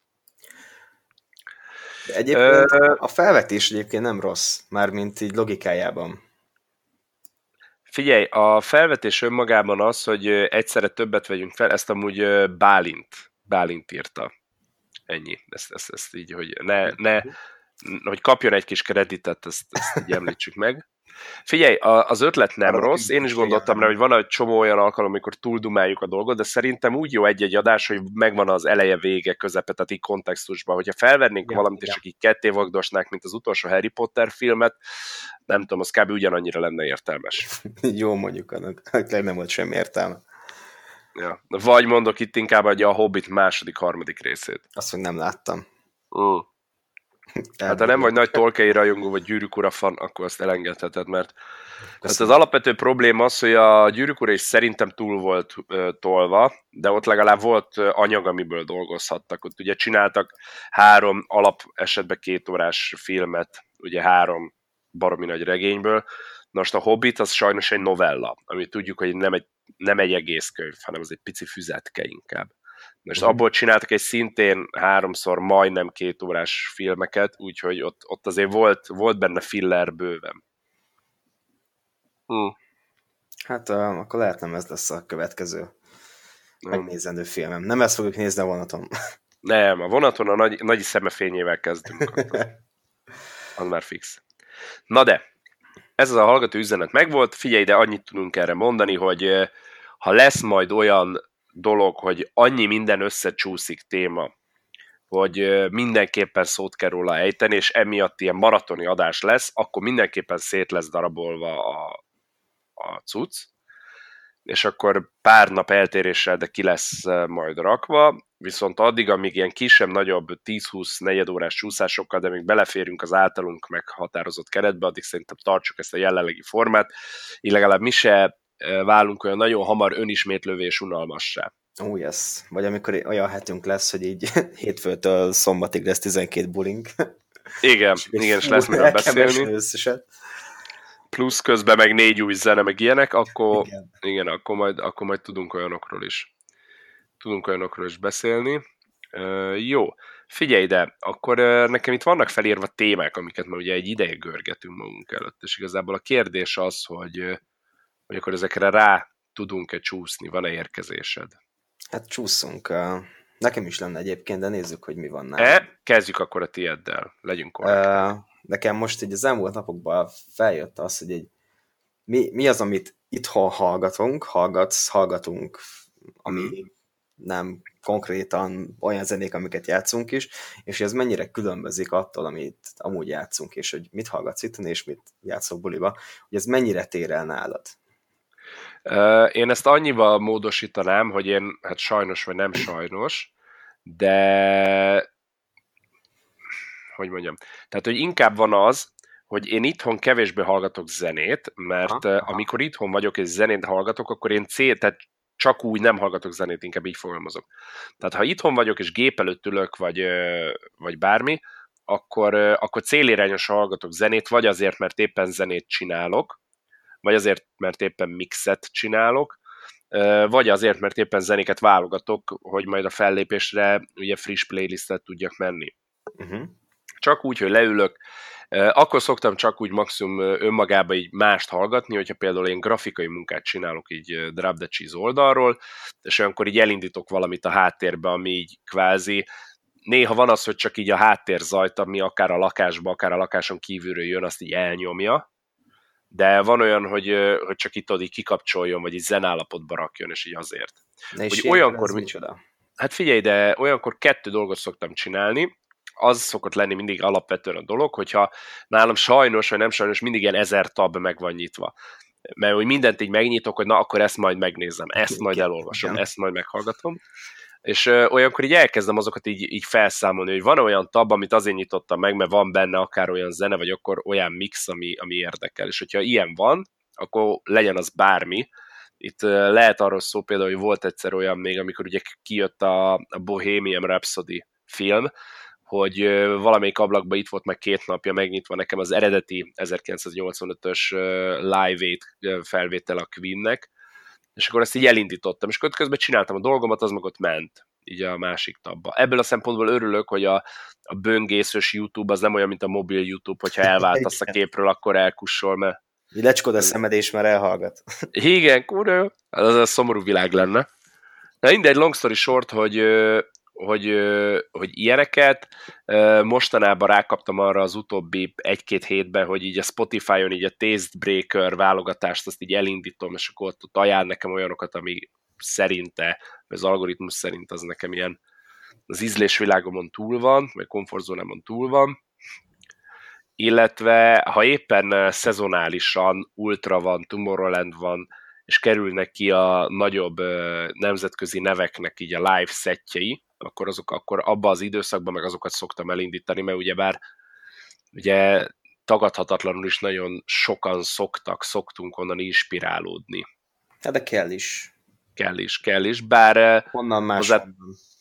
De egyébként a felvetés egyébként nem rossz, mármint így logikájában. Figyelj, a felvetés önmagában az, hogy egyszerre többet vegyünk fel, ezt amúgy Bálint írta. Ennyi. Ezt így, hogy hogy kapjon egy kis kreditet, ezt így említsük meg. Figyelj, az ötlet nem rossz, én is gondoltam rá, hogy van egy csomó olyan alkalom, amikor túldumáljuk a dolgot, de szerintem úgy jó egy-egy adás, hogy megvan az eleje, vége, közepe, tehát így kontextusban. Hogyha felvennénk valamit, és csak így ketté vagdosnák, mint az utolsó Harry Potter filmet, nem tudom, az kb. Ugyanannyira lenne értelmes. Jó, mondjuk, annak nem volt semmi értelme. Ja. Vagy mondok itt inkább hogy a Hobbit harmadik részét. Azt még nem láttam. Hát ha nem vagy nagy Tolkien rajongó, vagy Gyűrűk Ura fan, akkor azt elengedheted, mert hát az alapvető probléma az, hogy a Gyűrűk Ura is szerintem túl volt tolva, de ott legalább volt anyag, amiből dolgozhattak. Ott ugye csináltak 3 alap esetben 2 órás filmet, ugye 3 baromi nagy regényből. Most a Hobbit az sajnos egy novella, ami tudjuk, hogy nem egy egész könyv, hanem az egy pici füzetke inkább. Most abból csináltak egy szintén 3-szor majdnem 2 órás filmeket, úgyhogy ott azért volt benne filler bőven. Hát akkor lehet nem ez lesz a következő megnézendő filmem. Nem ezt fogjuk nézni a vonaton. Nem, a vonaton a nagy szemefényével kezdünk. Az már fix. Na de, ez az a hallgató üzenet megvolt, figyelj, de annyit tudunk erre mondani, hogy ha lesz majd olyan dolog, hogy annyi minden összecsúszik téma, hogy mindenképpen szót kell róla ejteni, és emiatt ilyen maratoni adás lesz, akkor mindenképpen szét lesz darabolva a cucc, és akkor pár nap eltéréssel, de ki lesz majd rakva, viszont addig, amíg ilyen kisebb-nagyobb 10-20 negyedórás csúszásokkal, de még beleférünk az általunk meghatározott keretbe, addig szerintem tartsuk ezt a jelenlegi formát, így legalább mi se válunk olyan nagyon hamar önismétlővé és unalmassá. Yes. Vagy amikor olyan hetünk lesz, hogy így hétfőtől szombatig lesz 12 bullying. Igen, és lesz miről beszélni. Összesen. Plusz közben meg 4 új zene, meg ilyenek, akkor, igen, akkor majd tudunk olyanokról is beszélni. Jó, figyelj ide, akkor nekem itt vannak felírva témák, amiket már ugye egy ideje görgetünk magunk előtt, és igazából a kérdés az, hogy akkor ezekre rá tudunk-e csúszni, van-e érkezésed? Hát csúszunk. Nekem is lenne egyébként, de nézzük, hogy mi van nálam. Kezdjük akkor a tieddel, legyünk korrektek. Nekem most így az elmúlt napokban feljött az, hogy mi az, amit itthon hallgatunk, ami nem konkrétan olyan zenék, amiket játszunk is, és ez mennyire különbözik attól, amit amúgy játszunk, és hogy mit hallgatsz itthon, és mit játszok buliba, hogy ez mennyire tér el nálad. Én ezt annyival módosítanám, hogy én, hát sajnos vagy nem sajnos, de hogy mondjam, tehát, hogy inkább van az, hogy én itthon kevésbé hallgatok zenét, mert amikor itthon vagyok és zenét hallgatok, akkor én tehát csak úgy nem hallgatok zenét, inkább így fogalmazok. Tehát ha itthon vagyok és gép előtt ülök, vagy bármi, akkor célirányosan hallgatok zenét, vagy azért, mert éppen zenét csinálok, vagy azért, mert éppen mixet csinálok, vagy azért, mert éppen zenéket válogatok, hogy majd a fellépésre ugye friss playlistet tudjak menni. Csak úgy, hogy leülök, akkor szoktam csak úgy maximum önmagába így mást hallgatni, hogyha például én grafikai munkát csinálok így Drop the Cheese oldalról, és olyankor így elindítok valamit a háttérbe, ami így kvázi, néha van az, hogy csak így a háttérzajt, ami akár a lakásba, akár a lakáson kívülről jön, azt így elnyomja, de van olyan, hogy csak itt így kikapcsoljon, vagy így zenállapotba rakjon, és így azért. És hogy olyankor micsoda? Hát figyelj, de olyankor 2 dolgot szoktam csinálni, az szokott lenni mindig alapvetően a dolog, hogyha nálam sajnos, vagy nem sajnos, mindig ilyen 1000 tab meg van nyitva. Mert hogy mindent így megnyitok, hogy na, akkor ezt majd megnézem, ezt majd elolvasom, ezt majd meghallgatom. És olyankor így elkezdem azokat így felszámolni, hogy van olyan tab, amit azért nyitottam meg, mert van benne akár olyan zene, vagy akkor olyan mix, ami érdekel. És hogyha ilyen van, akkor legyen az bármi. Itt lehet arról szó például, hogy volt egyszer olyan még, amikor ugye kijött a Bohemian Rhapsody film, hogy valamelyik ablakban itt volt meg 2 napja megnyitva nekem az eredeti 1985-ös Live Aid felvétel a Queennek, és akkor ezt így elindítottam, és közben csináltam a dolgomat, az meg ott ment, így a másik tabba. Ebből a szempontból örülök, hogy a böngészős YouTube az nem olyan, mint a mobil YouTube, hogyha elváltasz a képről, akkor elkussol, mert... Így lecskod a szemed, és már elhallgat. Igen, kurva, az a szomorú világ lenne. Na mindegy, long story short, hogy ilyeneket mostanában rákaptam arra az utóbbi 1-2 hétben, hogy így a Spotify-on így a Taste Breaker válogatást azt így elindítom, és akkor ott ajánl nekem olyanokat, ami szerinte, vagy az algoritmus szerint az nekem ilyen az ízlésvilágomon túl van, vagy komfortzónámon túl van, illetve ha éppen szezonálisan Ultra van, Tomorrowland van, és kerülnek ki a nagyobb nemzetközi neveknek így a live szettjei, akkor abban az időszakban meg azokat szoktam elindítani, mert ugyebár ugye tagadhatatlanul is nagyon sokan szoktunk onnan inspirálódni. Hát de kell is. Kell is, bár honnan máshonnan.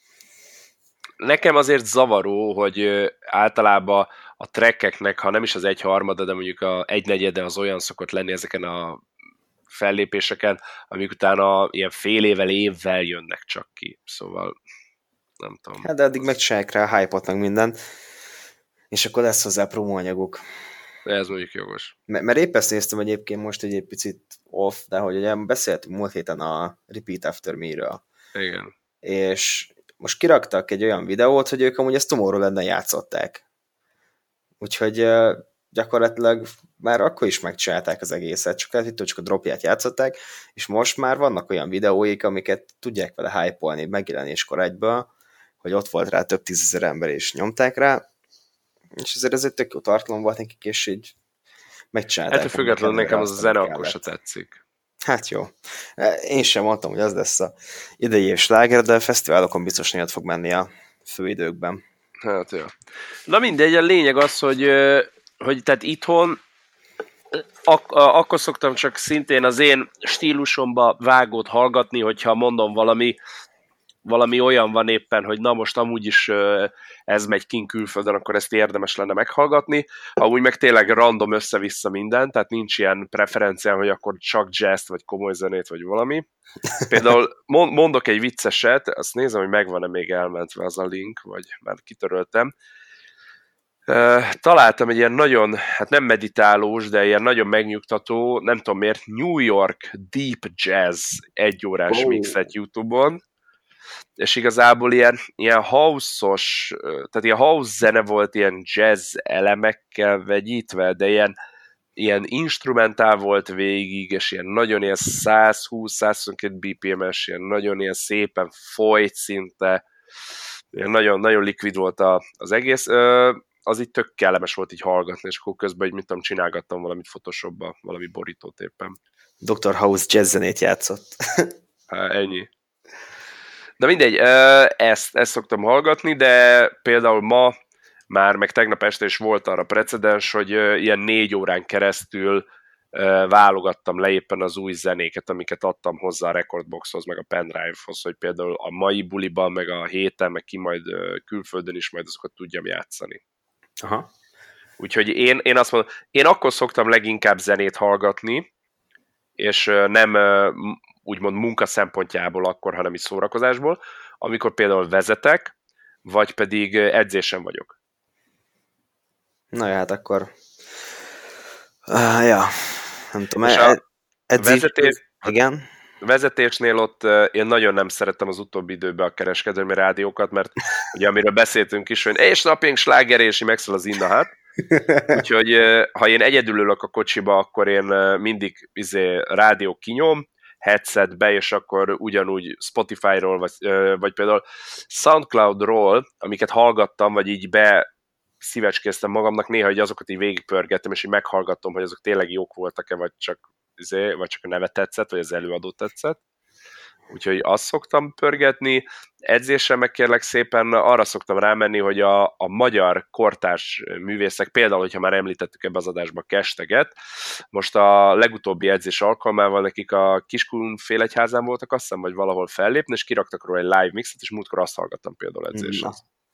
Nekem azért zavaró, hogy általában a trackeknek, ha nem is az 1/3, de mondjuk a 1/4 az olyan szokott lenni ezeken a fellépéseken, amik utána ilyen fél évvel jönnek csak ki. Szóval nem tudom. Hát de addig megcsinálják rá a hype-ot meg minden, és akkor lesz hozzá promóanyaguk. Ez mondjuk jogos. Mert épp ezt néztem egyébként most egy picit off, de hogy ugye beszéltünk múlt héten a Repeat After Me-ről. Igen. És most kiraktak egy olyan videót, hogy ők amúgy ezt Tomorrowland-en játszották. Úgyhogy gyakorlatilag már akkor is megcsinálták az egészet, csak itt csak a dropját játszották, és most már vannak olyan videóik, amiket tudják vele hype-olni megjelenéskor egyből, hogy ott volt rá több 10 000 ember, és nyomták rá, és ezért ez egy tök jó tartalom volt nekik, és így megcsinálták. Hát függetlenül nekem az a zene akkor se tetszik. Hát jó. Én sem mondtam, hogy az lesz a idei év sláger, de a fesztiválokon biztos néha fog menni a főidőkben. Hát jó. Na mindegy, a lényeg az, hogy tehát itthon akkor szoktam csak szintén az én stílusomba vágót hallgatni, hogyha mondom valami olyan van éppen, hogy na most amúgy is ez megy kint külföldön, akkor ezt érdemes lenne meghallgatni. Amúgy meg tényleg random össze-vissza minden, tehát nincs ilyen preferenciám, hogy akkor csak jazz vagy komoly zenét, vagy valami. Például mondok egy vicceset, azt nézem, hogy megvan-e még elmentve az a link, vagy már kitöröltem. Találtam egy ilyen nagyon, hát nem meditálós, de ilyen nagyon megnyugtató, nem tudom miért, New York Deep Jazz 1 órás mixet YouTube-on, és igazából ilyen house-os, tehát ilyen house zene volt, ilyen jazz elemekkel vegyítve, de ilyen instrumentál volt végig, és ilyen nagyon ilyen 120-122 BPM-es, ilyen nagyon ilyen szépen folyt szinte, ilyen nagyon, nagyon likvid volt az egész. Az így tök kellemes volt így hallgatni, és akkor közben, így mit tudom, csinálgattam valamit Photoshopba, valami borítót éppen. Dr. House jazz zenét játszott. Ennyi. De mindegy, ezt szoktam hallgatni, de például ma már, meg tegnap este is volt arra precedens, hogy ilyen 4 órán keresztül válogattam le éppen az új zenéket, amiket adtam hozzá a Recordboxhoz, meg a pendrive-hoz, hogy például a mai buliban, meg a héten, meg ki majd külföldön is majd azokat tudjam játszani. Aha. Úgyhogy én azt mondom, én akkor szoktam leginkább zenét hallgatni, és nem úgymond munka szempontjából akkor, hanem is szórakozásból, amikor például vezetek, vagy pedig edzésen vagyok. Na ja, hát akkor ja, nem tudom. Igen? Vezetésnél ott én nagyon nem szerettem az utóbbi időben a kereskedelmi rádiókat, mert ugye amiről beszéltünk is, hogy és napjánk sláger, és megszól az Indahát. Úgyhogy ha én egyedül ülök a kocsiba, akkor én mindig rádió kinyom, headsetbe, és akkor ugyanúgy Spotify-ról, vagy például Soundcloud-ról, amiket hallgattam, vagy így szívecskéztem magamnak, néha hogy azokat így végigpörgettem, és így meghallgattam, hogy azok tényleg jók voltak-e, vagy csak a neve tetszett, vagy az előadó tetszett. Úgyhogy azt szoktam pörgetni. Edzésre meg kérlek szépen arra szoktam rámenni, hogy a magyar kortárs művészek, például, hogyha már említettük ebbe az adásba Kesteget, most a legutóbbi edzés alkalmával nekik a Kiskunfélegyházán voltak, azt hiszem, vagy valahol fellépni, és kiraktak róla egy live mixet, és múltkor azt hallgattam például edzésre.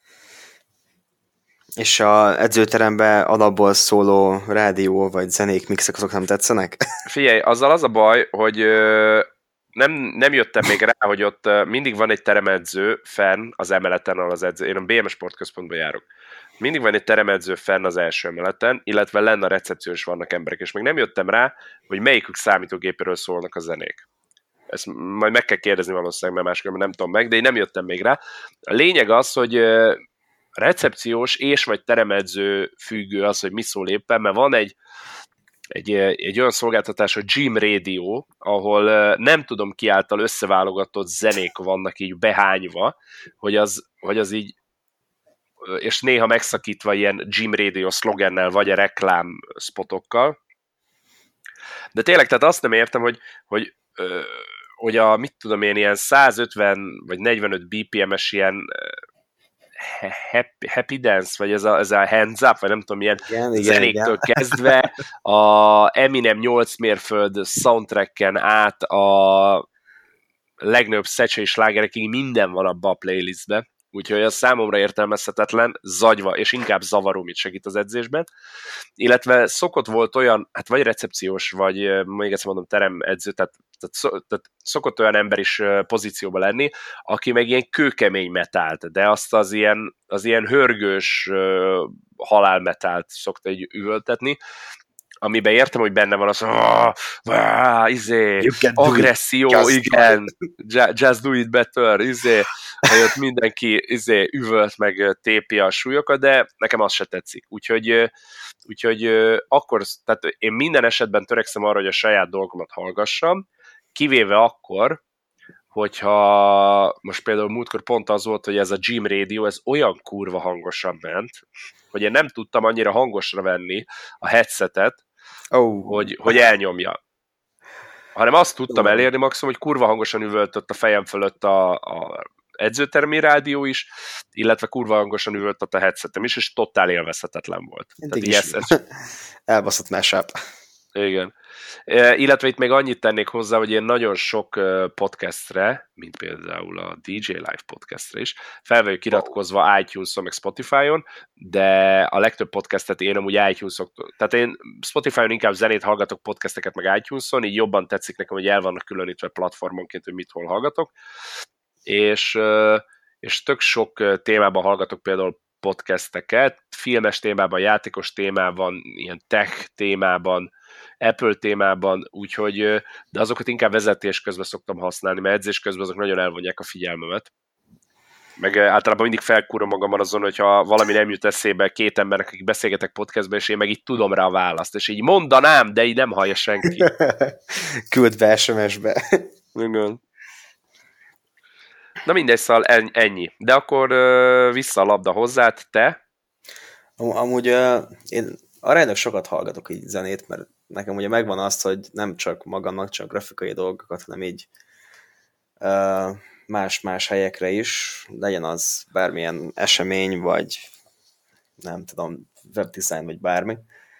És a edzőteremben alapból szóló rádió vagy zenék, mixek, azok nem tetszenek? Figyelj, azzal az a baj, hogy nem jöttem még rá, hogy ott mindig van egy teremedző fenn az emeleten, ahol az edző. Én a BM Sportközpontban járok. Mindig van egy teremedző fenn az első emeleten, illetve lenne a recepción is vannak emberek, és még nem jöttem rá, hogy melyikük számítógépéről szólnak a zenék. Ezt majd meg kell kérdezni valószínűleg, mert máskülönben nem tudom meg, de én nem jöttem még rá. A lényeg az, hogy recepciós és vagy teremedző függő az, hogy mi szól éppen, mert van egy olyan szolgáltatás, hogy Gym Radio, ahol nem tudom ki által összeválogatott zenék vannak így behányva, hogy az így, és néha megszakítva ilyen Gym Radio szlogennel, vagy a reklám spotokkal. De tényleg, tehát azt nem értem, hogy a, mit tudom én, ilyen 150 vagy 45 BPM-es ilyen happy dance, vagy ez a hands up, vagy nem tudom, milyen zenéktől kezdve a Eminem 8 mérföld soundtracken át a legnagyobb szecsei slágerekig minden van abba a playlistbe, úgyhogy az számomra értelmezhetetlen, zagyva, és inkább zavaró, mit segít az edzésben. Illetve szokott volt olyan, hát vagy recepciós, vagy még egyszer mondom, teremedző, tehát szokott olyan ember is pozícióba lenni, aki meg ilyen kőkemény metált, de azt az ilyen hörgős halálmetált szokta így üvöltetni, amiben értem, hogy benne van az, agresszió, igen, just do it better, hogy ott mindenki üvölt, meg tépi a súlyokat, de nekem az se tetszik. Úgyhogy akkor, tehát én minden esetben törekszem arra, hogy a saját dolgomat hallgassam, kivéve akkor, hogyha most például múltkor pont az volt, hogy ez a Gym Radio, ez olyan kurva hangosan ment, hogy én nem tudtam annyira hangosra venni a headsetet, hogy elnyomja. Hanem azt tudtam elérni maximum, hogy kurva hangosan üvöltött a fejem fölött a edzőtermi rádió is, illetve kurva hangosan üvöltött a headsetem is, és totál élvezhetetlen volt. Elbaszott mashup. Igen. Illetve itt még annyit tennék hozzá, hogy én nagyon sok podcastre, mint például a DJ Live podcastre is, fel vagyok iratkozva iTunes-on, meg Spotify-on, de a legtöbb podcastet én amúgy iTunes-on, tehát én Spotify-on inkább zenét hallgatok, podcasteket meg iTunes-on, így jobban tetszik nekem, hogy el vannak különítve platformonként, hogy mit hol hallgatok, és tök sok témában hallgatok például podcasteket, filmes témában, játékos témában, ilyen tech témában, Apple témában, úgyhogy, de azokat inkább vezetés közben szoktam használni, mert edzés közben azok nagyon elvonják a figyelmemet. Meg általában mindig felkúrom magamon azon, hogyha valami nem jut eszébe két embernek, akik beszélgetek podcastben, és én meg így tudom rá a választ, és így mondanám, de így nem hallja senki. Küld be SMS-be. Igen. Na mindegy, szóval ennyi. De akkor vissza a labda hozzád, te? Amúgy én aránylag sokat hallgatok így zenét, mert nekem ugye megvan azt, hogy nem csak magamnak, csak grafikai dolgokat, hanem így más-más helyekre is, legyen az bármilyen esemény, vagy nem tudom, webdesign, vagy bármi.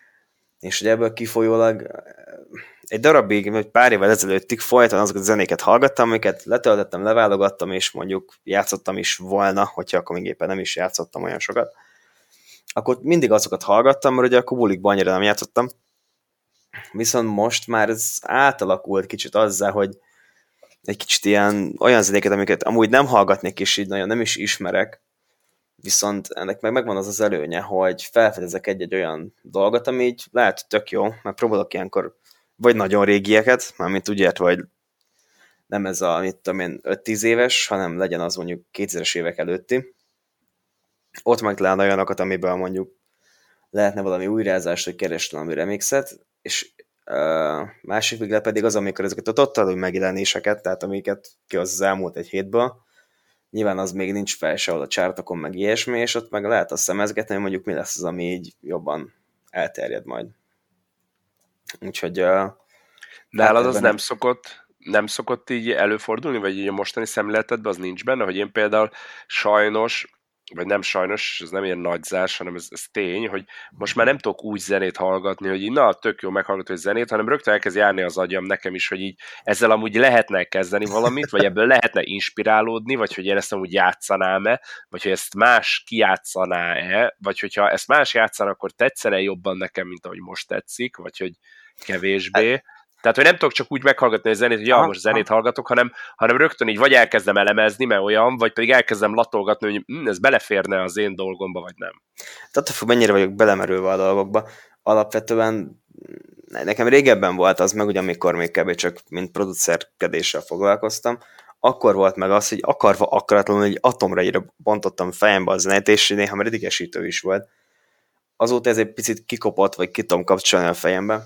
És hogy ebből kifolyólag egy darabig, vagy pár évvel ezelőttig folyton azokat a zenéket hallgattam, amiket letöltöttem, leválogattam, és mondjuk játszottam is volna, hogyha akkor még éppen nem is játszottam olyan sokat, akkor mindig azokat hallgattam, mert ugye akkor bulikban annyira nem játszottam. Viszont most már ez átalakult kicsit azzal, hogy egy kicsit ilyen olyan zenéket, amiket amúgy nem hallgatnék, és így nagyon nem is ismerek, viszont ennek meg megvan az az előnye, hogy felfedezek egy-egy olyan dolgot, ami így lehet tök jó, mert próbálok ilyenkor vagy nagyon régieket, mármint úgy értve, vagy nem ez a, mit tudom én, 5-10 éves, hanem legyen az mondjuk 2000-es évek előtti. Ott megtalálni olyanokat, amiben mondjuk lehetne valami újrázást, vagy keresni valami remixet, és másik végre pedig az, amikor ezeket a totál megjelenéseket, tehát amiket ki az elmúlt egy hétből, nyilván az még nincs fel sehol a csártokon, meg ilyesmi, és ott meg lehet azt szemezgetni, hogy mondjuk mi lesz az, ami így jobban elterjed majd. Úgyhogy... Nálad az nem szokott így előfordulni, vagy így a mostani szemléletedben az nincs benne, hogy én például sajnos, vagy nem sajnos, ez nem ilyen nagyzás, hanem ez tény, hogy most már nem tudok úgy zenét hallgatni, hogy így na, tök jó meghallgatni a zenét, hanem rögtön elkezd járni az agyam nekem is, hogy így ezzel amúgy lehetne kezdeni valamit, vagy ebből lehetne inspirálódni, vagy hogy én ezt amúgy játszanám-e, vagy hogy ezt más kijátszaná-e, vagy hogyha ezt más játszaná, akkor tetszene jobban nekem, mint ahogy most tetszik, vagy hogy kevésbé. Tehát, hogy nem tudok csak úgy meghallgatni a zenét, hogy most zenét hallgatok, hanem rögtön így vagy elkezdem elemezni, mert olyan, vagy pedig elkezdem latolgatni, hogy ez beleférne az én dolgomba, vagy nem. Tehát attól mennyire vagyok belemerülve a dolgokba. Alapvetően nekem régebben volt az, meg ugye amikor még kb. Csak mint producerkedéssel foglalkoztam, akkor volt meg az, hogy akarva akaratlanul egy atomra bontottam fejembe a zenét, és néha már idegesítő is volt. Azóta ez egy picit kikopott, vagy ki tudom kapcsolni a fejembe.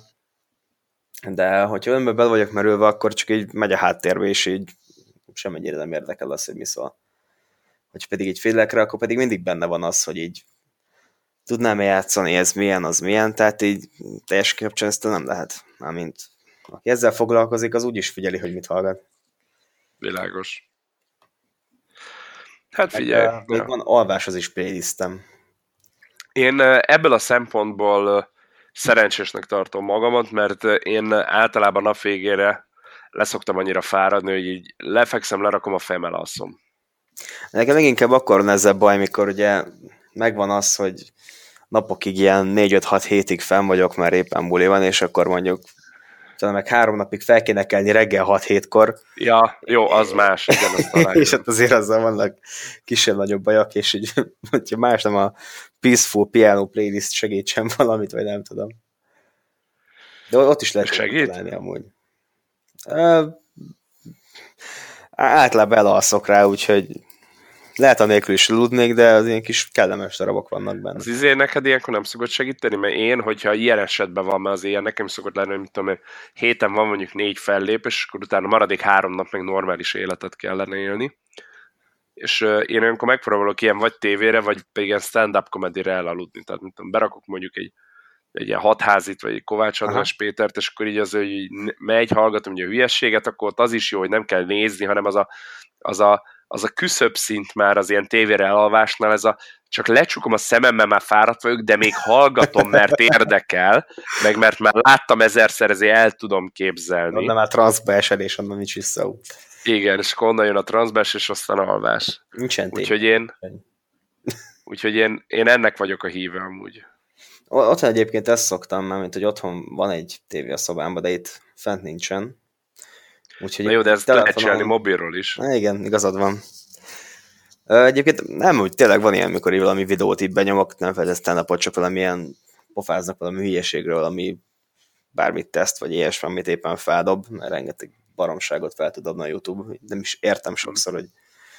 De hogyha önben bele vagyok merülve, akkor csak így megy a háttérbe, és így semmennyire nem érdekel az, hogy mi szól. Hogy pedig így félekre, akkor pedig mindig benne van az, hogy így tudnám-e játszani, ez milyen, az milyen, tehát így teljes kapcsolatban ezt nem lehet. Mármint aki ezzel foglalkozik, az úgy is figyeli, hogy mit hallgat. Világos. Hát figyelj. Még van alváshoz is playlistem. Én ebből a szempontból szerencsésnek tartom magamat, mert én általában nap végére leszoktam annyira fáradni, hogy így lefekszem, lerakom a fejem, elalszom. Nekem még inkább akkor van ezzel baj, mikor ugye megvan az, hogy napokig ilyen 4-5-6 hétig fenn vagyok, mert éppen buli van, és akkor mondjuk meg 3 napig fel kéne kelni reggel 6-7-kor. Ja, jó, az más. Igen, és hát azért azzal vannak kisebb-nagyobb bajok, és így, hogyha más nem a Peaceful Piano Playlist segítsen valamit, vagy nem tudom. De ott is lehet találni amúgy. Általában elalszok rá, úgyhogy Lehet anélkül is aludnék, de az ilyen kis kellemes darabok vannak benne. Az neked ilyenkor nem szokott segíteni, mert én, hogyha ilyen esetben van, mert az ilyen nekem szokott lenni, hogy mit tudom én, héten van mondjuk 4 fellépés, és akkor utána maradék 3 nap meg normális életet kellene élni. És én olyankor megpróbálok ilyen vagy tévére, vagy pedig ilyen stand-up comedyre elaludni. Tehát mit tudom, berakok mondjuk egy ilyen Hatházit, vagy egy Kovács András Pétert, és akkor így az, hogy megy, hallgatom ugye a hülyességet, akkor ott az is jó, hogy nem kell nézni, hanem az a küszöbb szint már az ilyen tévére elalvásnál, ez a csak lecsukom a szemem, mert már fáradt vagyok, de még hallgatom, mert érdekel, meg mert már láttam ezerszer, ezért el tudom képzelni. Onnan már transzba esel, és onnan nincs visszaút. Igen, és akkor onnan jön a transzbes, és aztán alvás. Nincsen Úgyhogy én ennek vagyok a híve amúgy. Otthon egyébként ezt szoktam már, mint hogy otthon van egy tévé a szobámban, de itt fent nincsen. Úgyhogy na jó, de ezt lehet csinálni mobilról is. Na igen, igazad van. Egyébként nem, úgy tényleg van ilyen, amikor valami videót így benyomok, nem feltétlenül napot, csak valamilyen pofáznak valami hülyeségről, ami bármit teszt, vagy ilyesmi, amit éppen feldob, mert rengeteg baromságot fel tud dobni a YouTube. Nem is értem sokszor, hogy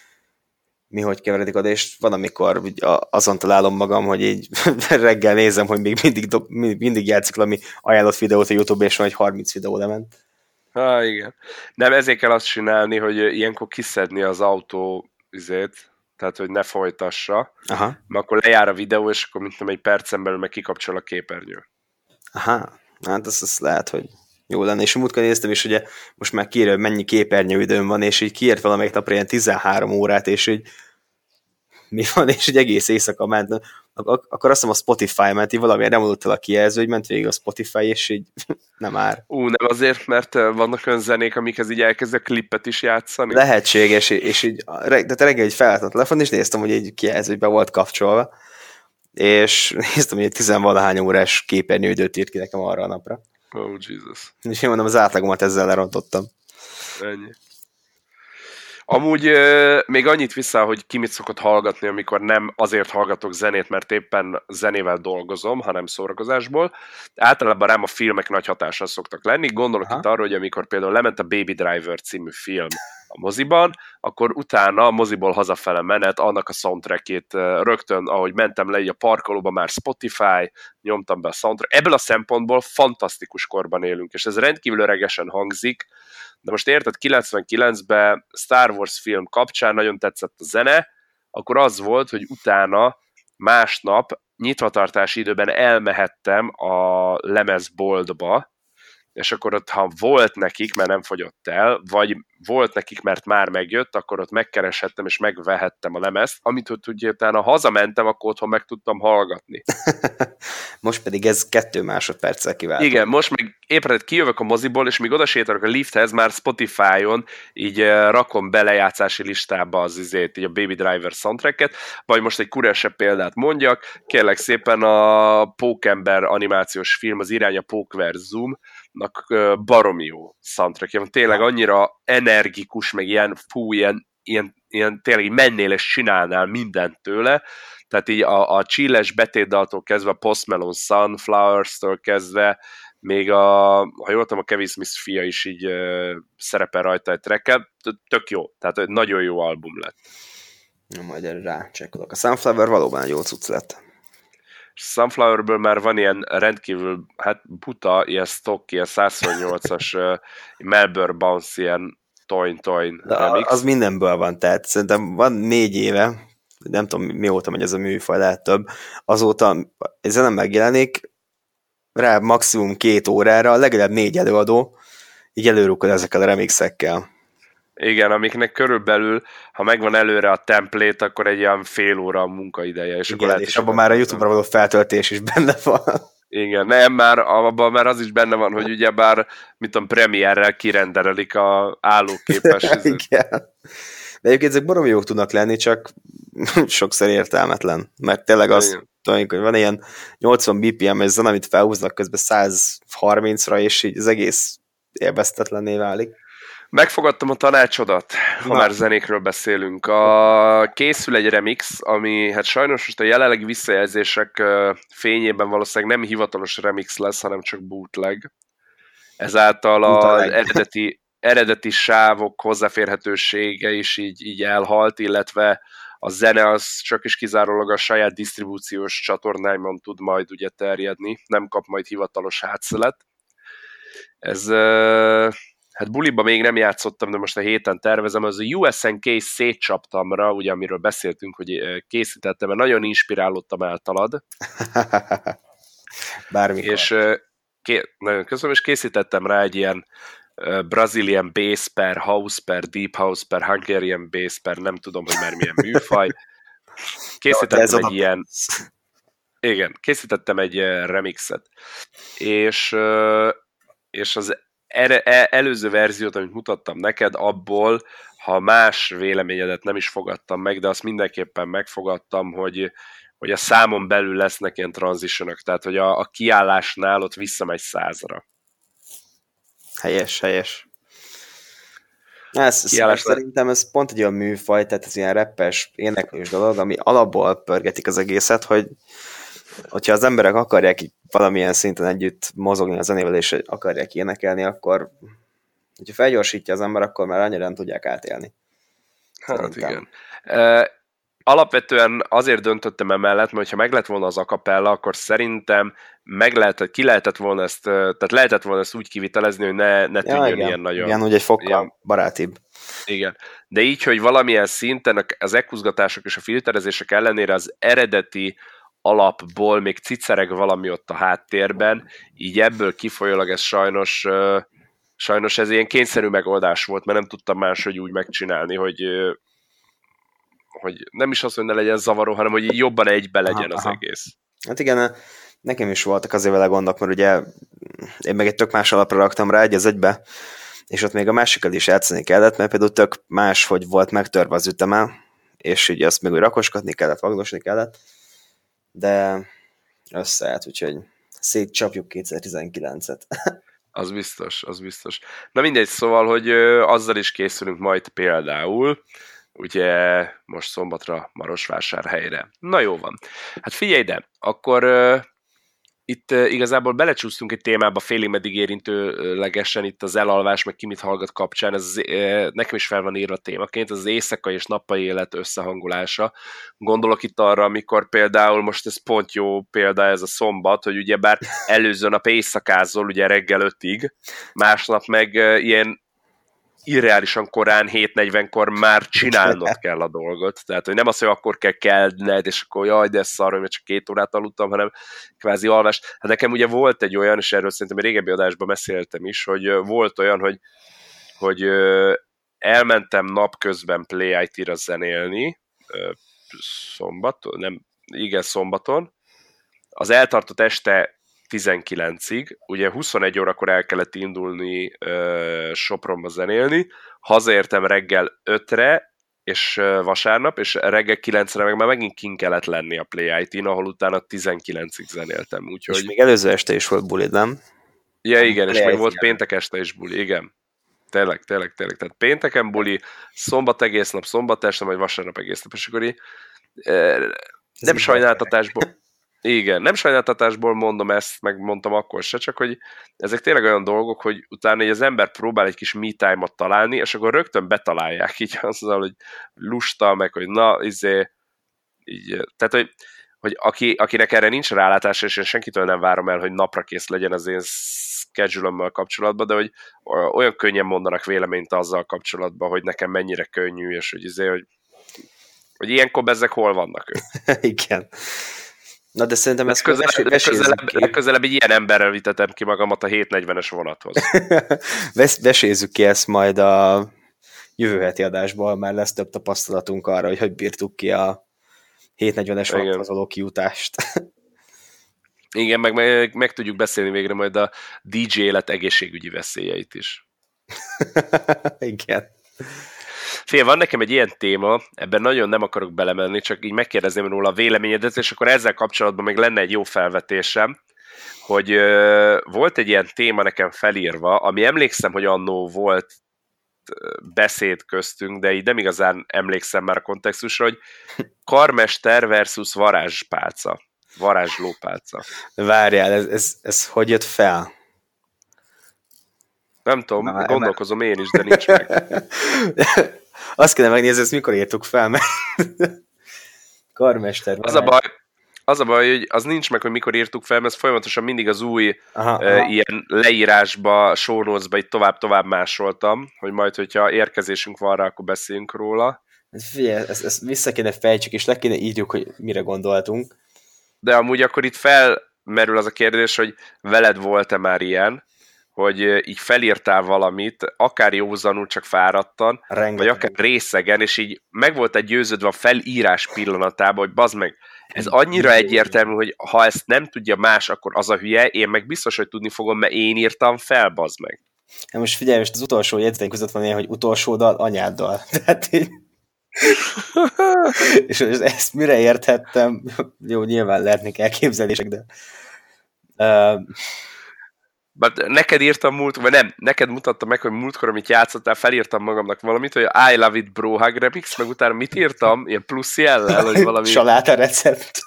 mi hogy keveredik oda, és van, amikor azon találom magam, hogy így reggel nézem, hogy még mindig játszik valami ajánlott videót a YouTube, és van egy 30 videó lement. Igen. Nem, ezért kell azt csinálni, hogy ilyenkor kiszedni az autó tehát, hogy ne folytassa, mert akkor lejár a videó, és akkor mint egy percen belül meg kikapcsol a képernyő. Aha, hát ez lehet, hogy jó lenne. És múltkor néztem is, ugye most már kiírja, hogy mennyi képernyőidőm van, és így kiírt valamelyik napra ilyen 13 órát, és így mi van, és így egész éjszaka ment. Akkor azt hiszem a Spotify ment, így valamiért nem adott el a kijelző, hogy ment végig a Spotify, és így nem ár. Nem azért, mert vannak olyan zenék, amikhez így elkezd a klippet is játszani? Lehetséges, és így de reggel így felállt a telefon, és néztem, hogy egy kijelző be volt kapcsolva, és néztem, hogy egy 10-valahány órás képernyőidőt írt ki nekem arra a napra. Oh, Jesus. És én mondom, az átlagomat ezzel lerontottam. Ennyi. Amúgy még annyit vissza, hogy ki mit szokott hallgatni, amikor nem azért hallgatok zenét, mert éppen zenével dolgozom, hanem szórakozásból. Általában rám a filmek nagy hatással szoktak lenni. Gondolok itt arra, hogy amikor például lement a Baby Driver című film a moziban, akkor utána a moziból hazafele menet, annak a soundtrackét rögtön, ahogy mentem le így a parkolóba, már Spotify, nyomtam be a soundtrack. Ebből a szempontból fantasztikus korban élünk, és ez rendkívül öregesen hangzik, de most érted, 99-ben Star Wars film kapcsán nagyon tetszett a zene, akkor az volt, hogy utána másnap nyitvatartási időben elmehettem a lemezboltba, és akkor ott, ha volt nekik, mert nem fogyott el, vagy volt nekik, mert már megjött, akkor ott megkereshettem, és megvehettem a lemezt, amit ott ugye utána hazamentem, akkor otthon meg tudtam hallgatni. Most pedig ez 2 másodperccel kiváltó. Igen, most meg éppen kijövök a moziból, és míg odasétálok a lifthez, már Spotify-on így rakom be lejátszási listába így a Baby Driver soundtracket, vagy most egy kuresebb példát mondjak, kérlek szépen a Pókember animációs film, az Irány a Pókver Zoom, baromi jó soundtrackja van. Tényleg annyira energikus, meg ilyen tényleg így mennél és csinálnál mindent tőle, tehát így a chilles betétdaltól kezdve, a Post Malone Sunflowers-től kezdve, még ha jól tudom, a Kevin Smith fia is így szerepel rajta egy trackkel, tök jó, tehát egy nagyon jó album lett. Na, majd erre rácsekkolok. A Sunflower valóban egy jó cucc lett. Sunflowerből már van ilyen rendkívül, buta, ilyen stock, ilyen 128-as Melbourne Bounce, ilyen toin remix. Az mindenből van, tehát szerintem van 4 éve, nem tudom mióta megy ez a műfaj, lehet több, azóta ez nem megjelenik, rá maximum 2 órára, legalább 4 előadó, így előrukod ezekkel a remixekkel. Igen, amiknek körülbelül, ha megvan előre a template, akkor egy ilyen fél óra a munkaideje. És, igen, akkor és abban már a YouTube-ra való feltöltés is benne van. Igen, nem, abban már az is benne van, hogy ugyebár, mint a Premiere-rel kirenderelik a állóképes. Igen. De egyébként ezek baromi jók tudnak lenni, csak sokszor értelmetlen. Mert tényleg azt tudjuk, hogy van ilyen 80 BPM-es zene, amit felhúznak közben 130-ra, és így az egész élveztetlenné válik. Megfogadtam a tanácsodat, ha már zenékről beszélünk. Készül egy remix, ami hát sajnos most a jelenlegi visszajelzések fényében valószínűleg nem hivatalos remix lesz, hanem csak bootleg. Ezáltal az eredeti sávok hozzáférhetősége is így elhalt, illetve a zene az csak is kizárólag a saját disztribúciós csatornáimon tud majd ugye terjedni, nem kap majd hivatalos hátszelet. Ez, hát buliba még nem játszottam, de most a héten tervezem, az a USNK szétcsaptamra, ugye amiről beszéltünk, hogy készítettem, mert nagyon inspirálódtam általad. Bármikor. És nagyon köszönöm, és készítettem rá egy ilyen Brazilian bass per house per deep house per Hungarian bass per nem tudom, hogy már milyen műfaj. Készítettem egy ilyen... Igen, készítettem egy remixet. És az előző verziót, amit mutattam neked, abból, ha más véleményedet nem is fogadtam meg, de azt mindenképpen megfogadtam, hogy a számon belül lesznek ilyen transitionok, tehát hogy a kiállásnál ott visszamegy 100-ra. Helyes. Szerintem ez pont egy olyan műfaj, tehát ez ilyen rappes, éneklős dolog, ami alapból pörgetik az egészet, hogyha az emberek akarják így valamilyen szinten együtt mozogni a zenével, és akarják énekelni, akkor hogyha felgyorsítja az ember, akkor már annyira nem tudják átélni. Hát igen. Alapvetően azért döntöttem emellett, mert ha meg lett volna az acapella, akkor szerintem ki lehetett volna ezt, tehát lehetett volna ezt úgy kivitelezni, hogy ne tűnjön ilyen nagyon. Igen, úgy egy fokkal barátibb. Igen. De így, hogy valamilyen szinten az ekuzgatások és a filterezések ellenére az eredeti alapból még cicereg valami ott a háttérben, így ebből kifolyólag ez sajnos ez ilyen kényszerű megoldás volt, mert nem tudtam máshogy úgy megcsinálni, hogy nem is az, hogy ne legyen zavaró, hanem hogy jobban egybe legyen az egész. Hát igen, nekem is voltak azért vele gondok, mert ugye én meg egy tök más alapra raktam rá egy egybe, és ott még a másikkal is játszani kellett, mert például tök más, hogy volt megtörve az üteme, és ugye azt meg úgy rakosgatni kellett, vagdosni kellett, de összeállt, úgyhogy szétcsapjuk 2019-et. Az biztos. Na mindegy, szóval, hogy azzal is készülünk majd például, ugye most szombatra Marosvásárhelyre. Na jó van. Hát figyelj ide, akkor itt igazából belecsúsztunk egy témába félig meddig érintőlegesen itt az elalvás, meg ki mit hallgat kapcsán, ez nekem is fel van írva témaként, ez az éjszakai és nappali élet összehangolása. Gondolok itt arra, amikor például most ez pont jó példa ez a szombat, hogy ugye bár előző nap éjszakázol ugye reggel 5-ig, másnap meg ilyen irreálisan korán, 7:40-kor már csinálnod kell a dolgot. Tehát, hogy nem az, hogy akkor kell kelned, és akkor jaj, de ez szar, hogy csak 2 órát aludtam, hanem kvázi alvás. Hát nekem ugye volt egy olyan, és erről szerintem egy régebbi adásban beszéltem is, hogy volt olyan, hogy elmentem napközben Play IT-ra zenélni, szombaton. Az eltartott este 19-ig, ugye 21 órakor el kellett indulni Sopronba zenélni, hazaértem reggel 5-re, és vasárnap, és reggel 9-re meg már megint kint kellett lenni a Play IT-n, ahol utána 19-ig zenéltem. Úgyhogy... És még előző este is volt buli, nem? Ja, igen, és még volt péntek este is buli, igen. Tényleg. Tehát pénteken buli, szombat egész nap, szombat este, majd vasárnap egész nap, és akkor így nem sajnáltatásból... Igen, nem sajnáltatásból mondom ezt, meg mondtam akkor se, csak hogy ezek tényleg olyan dolgok, hogy utána az ember próbál egy kis me time-ot találni, és akkor rögtön betalálják így azzal, hogy lusta, meg hogy na, így, tehát, hogy akinek erre nincs rálátása, és én senkitől nem várom el, hogy napra kész legyen az én schedule-ömmel kapcsolatban, de hogy olyan könnyen mondanak véleményt azzal kapcsolatban, hogy nekem mennyire könnyű, és hogy ilyenkor bezzek hol vannak ők. Igen. Na, de szerintem ezt legközelebb egy ilyen emberrel vitetem ki magamat a 7:40-es vonathoz. Vesézzük ki ezt majd a jövő heti adásból, már lesz több tapasztalatunk arra, hogy bírtuk ki a 7:40-es vonathoz való kiutást. Igen, meg tudjuk beszélni végre majd a DJ élet egészségügyi veszélyeit is. Igen. Fél, van nekem egy ilyen téma, ebben nagyon nem akarok belemenni, csak így megkérdezném róla a véleményedet, és akkor ezzel kapcsolatban még lenne egy jó felvetésem, hogy volt egy ilyen téma nekem felírva, ami emlékszem, hogy annó volt beszéd köztünk, de így nem igazán emlékszem már a kontextusra, hogy karmester versus varázspálca, varázslópálca. Várjál, ez hogy jött fel? Nem tudom, gondolkozom én is, de nincs meg. Azt kéne megnézni, ezt mikor írtuk fel, mert Karmester. Az a baj, hogy az nincs meg, hogy mikor írtuk fel, mert folyamatosan mindig az új ilyen leírásba, show notes-ba itt tovább másoltam, hogy majd, hogyha érkezésünk van rá, akkor beszéljünk róla. Figyelj, ezt vissza kéne fejtsük, és le kéne írjuk, hogy mire gondoltunk. De amúgy akkor itt felmerül az a kérdés, hogy veled volt-e már ilyen, hogy így felírtál valamit, akár józanul, csak fáradtan, vagy akár részegen, és így meg volt egy győződve a felírás pillanatában, hogy bazd meg, ez annyira egyértelmű, hogy ha ezt nem tudja más, akkor az a hülye, én meg biztos, hogy tudni fogom, mert én írtam fel, bazd meg. Hát most figyelj, most az utolsó jegyzeteink között van ilyen, hogy utolsó dal anyáddal. Tehát így... és ezt mire érthettem? Jó, nyilván lehetnek elképzelések, de... Neked írtam vagy nem, neked mutattam meg, hogy múltkor, amit játszottál, felírtam magamnak valamit, hogy I love it bro hug remix, meg utána mit írtam? Ilyen plusz jellel, hogy valami... Saláta recept.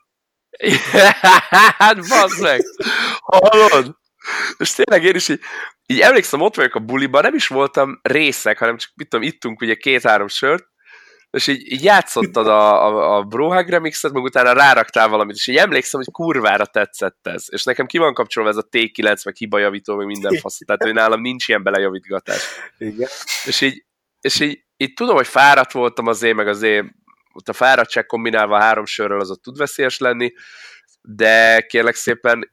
Hát bazd meg! Hallod? És tényleg én is így emlékszem, ott vagyok a buliban, nem is voltam részek, hanem csak mit tudom, ittunk ugye 2-3 sört, és így játszottad a Brohag remixet, meg utána ráraktál valamit, és így emlékszem, hogy kurvára tetszett ez. És nekem ki van kapcsolva ez a T9, meg hibajavító, meg minden fasz. Tehát, hogy nálam nincs ilyen belejavítgatás. Igen. És így tudom, hogy fáradt voltam azért, meg azért ott a fáradtság kombinálva 3 sörről az ott tud veszélyes lenni, de kérlek szépen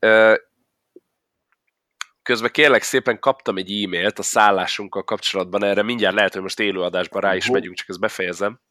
közben kérlek szépen kaptam egy e-mailt a szállásunkkal kapcsolatban, erre mindjárt lehet, hogy most élőadásban rá is megyünk, csak ezt befejezem.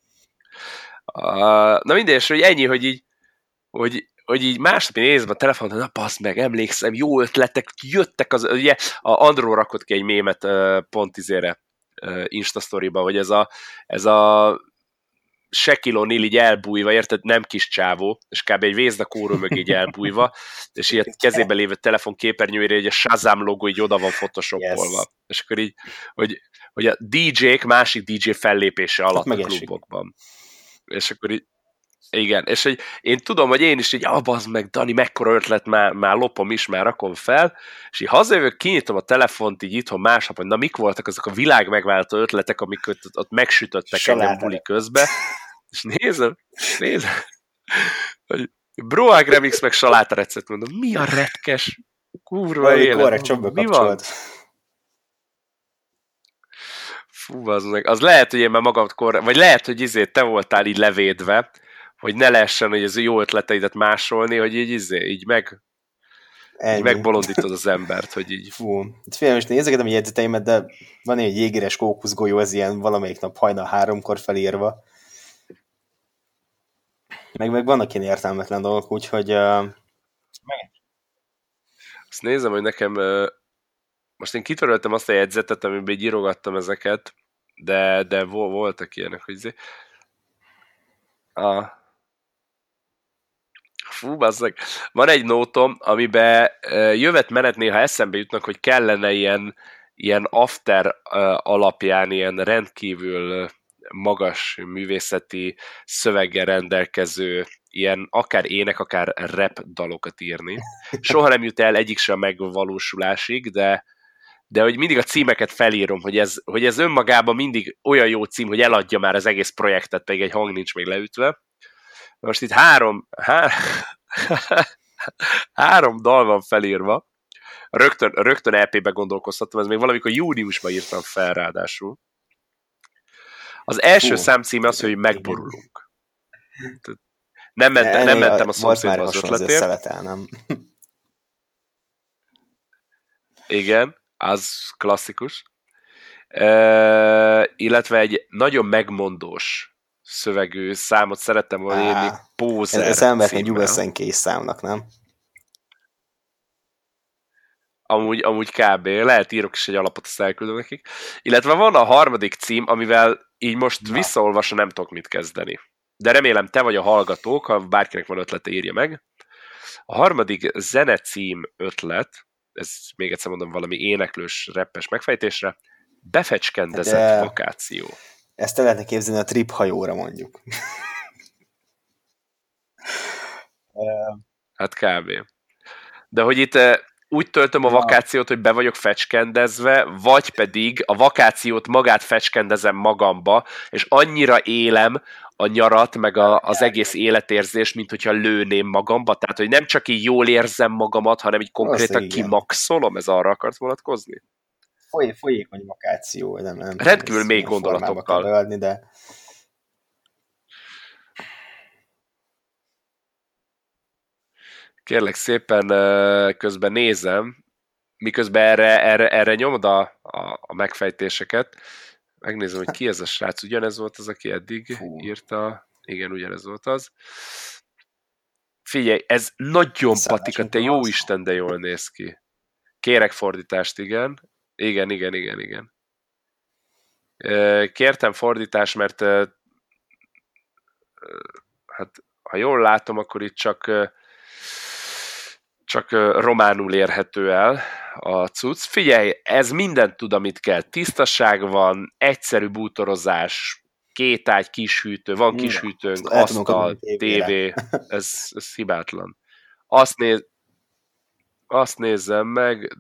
Na mindegy, és hogy ennyi, hogy így másnap én nézem a telefonot, na passz meg, emlékszem, jó ötletek jöttek, ugye a Andró rakott ki egy mémet pont Instastoryba, hogy ez a Shaquille O'Neal így elbújva, érted, nem kis csávó, és kb. Egy vézdakóró mögé így elbújva, és így a kezében lévő telefonképernyőjére egy a Shazam logó így oda van photoshopolva. Yes. És akkor így, hogy a DJ-k másik DJ fellépése alatt a klubokban. És akkor így, igen, és hogy én tudom, hogy én is így, bazd meg, Dani, mekkora ötlet, már lopom is, már rakom fel, és így hazajövök, kinyitom a telefont így itthon másnap, hogy na mik voltak azok a világ megváltó ötletek, amik ott megsütöttek engem buli közbe, és nézem, hogy Brohag remix meg saláta recept, mondom, mi a retkes kurva élet, mi van? Fú, az lehet, hogy én már magam vagy lehet, hogy te voltál így levédve, hogy ne lehessen, hogy az jó ötleteidet másolni, hogy így megbolondítod az embert, hogy így... Fú, figyelj, most nézegetem a jegyzeteimet, de van egy jégeres kókuszgolyó, ez ilyen valamelyik nap hajnal 3-kor felírva. Meg vannak ilyen értelmetlen dolgok, úgyhogy... Azt nézem, hogy nekem... Most én kitöröltem azt a jegyzetet, amiben így írogattam ezeket, de voltak ilyenek, hogy... Fú, bazzeg. Van egy nótom, amiben jövet menet néha eszembe jutnak, hogy kellene ilyen after alapján ilyen rendkívül magas művészeti szöveggel rendelkező ilyen akár ének, akár rap dalokat írni. Soha nem jut el egyik sem megvalósulásig, de hogy mindig a címeket felírom, hogy ez önmagában mindig olyan jó cím, hogy eladja már az egész projektet, pedig egy hang nincs még leütve. Most itt három dal van felírva. Rögtön EP-be gondolkoztattam, ez még valamikor júniusban írtam fel ráadásul. Az első számcíme az, hogy megborulunk. Nem mentem a szomszédba az ötletért. Igen, az klasszikus. Illetve egy nagyon megmondós szövegű számot szerettem volna írni, Pózer ez elmehetne egy USNK számnak, nem? Amúgy kb. Lehet írok is egy alapot, azt elküldöm nekik. Illetve van a harmadik cím, amivel így most visszaolvasva nem tudok mit kezdeni. De remélem te vagy a hallgatók, ha bárkinek van ötlete, írja meg. A harmadik zenecím ötlet, ez még egyszer mondom valami éneklős, rappes megfejtésre, befecskendezett vakáció. Ezt el lehetne képzelni a trip hajóra, mondjuk. Hát kb. De hogy itt úgy töltöm a vakációt, hogy be vagyok fecskendezve, vagy pedig a vakációt magát fecskendezem magamba, és annyira élem a nyarat, meg az egész életérzést, mint hogyha lőném magamba. Tehát, hogy nem csak így jól érzem magamat, hanem így konkrétan kimaxolom, ez arra akart vonatkozni? Folyékony vakáció, nem rendkívül mély gondolatokkal. Beadni, de... Kérlek szépen, közben nézem, miközben erre nyomod a megfejtéseket. Megnézem, hogy ki ez a srác. Ugyanez volt az, aki eddig írta. Igen, ugyanez volt az. Figyelj, ez nagyon patika, te jó Isten, de jól néz ki. Kérek fordítást, igen. Igen. Kértem fordítást, mert hát, ha jól látom, akkor itt csak románul érhető el a cucc. Figyelj, ez mindent tud, amit kell. Tisztaság van, egyszerű bútorozás, 2 ágy, kis hűtő, van kis hűtőnk, asztal, tévé, ez hibátlan. Azt nézzem meg.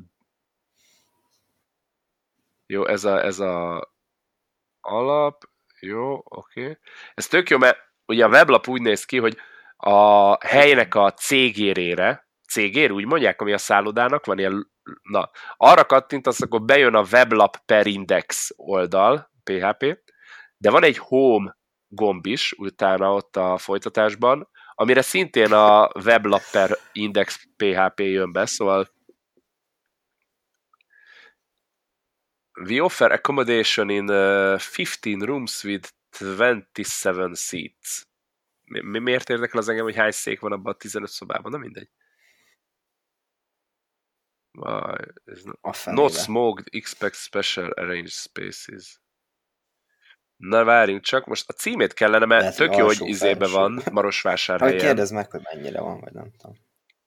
Jó, ez a alap. Jó, oké. Ez tök jó, mert ugye a weblap úgy néz ki, hogy a helynek a cégérére, cégér, úgy mondják, ami a szállodának van ilyen, na, arra kattintasz, akkor bejön a weblap per index oldal, PHP, de van egy home gomb is, utána ott a folytatásban, amire szintén a weblap per index PHP jön be, szóval we offer accommodation in 15 rooms with 27 seats. Miért érdekel az engem, hogy hány szék van abban a 15 szobában? Nem mindegy. Not smoked, expect special arranged spaces. Na várjunk csak, most a címét kellene, mert lehet, tök jó, hogy izébe van, Marosvásárhelyen. Kérdezd meg, hogy mennyire van, vagy nem tudom.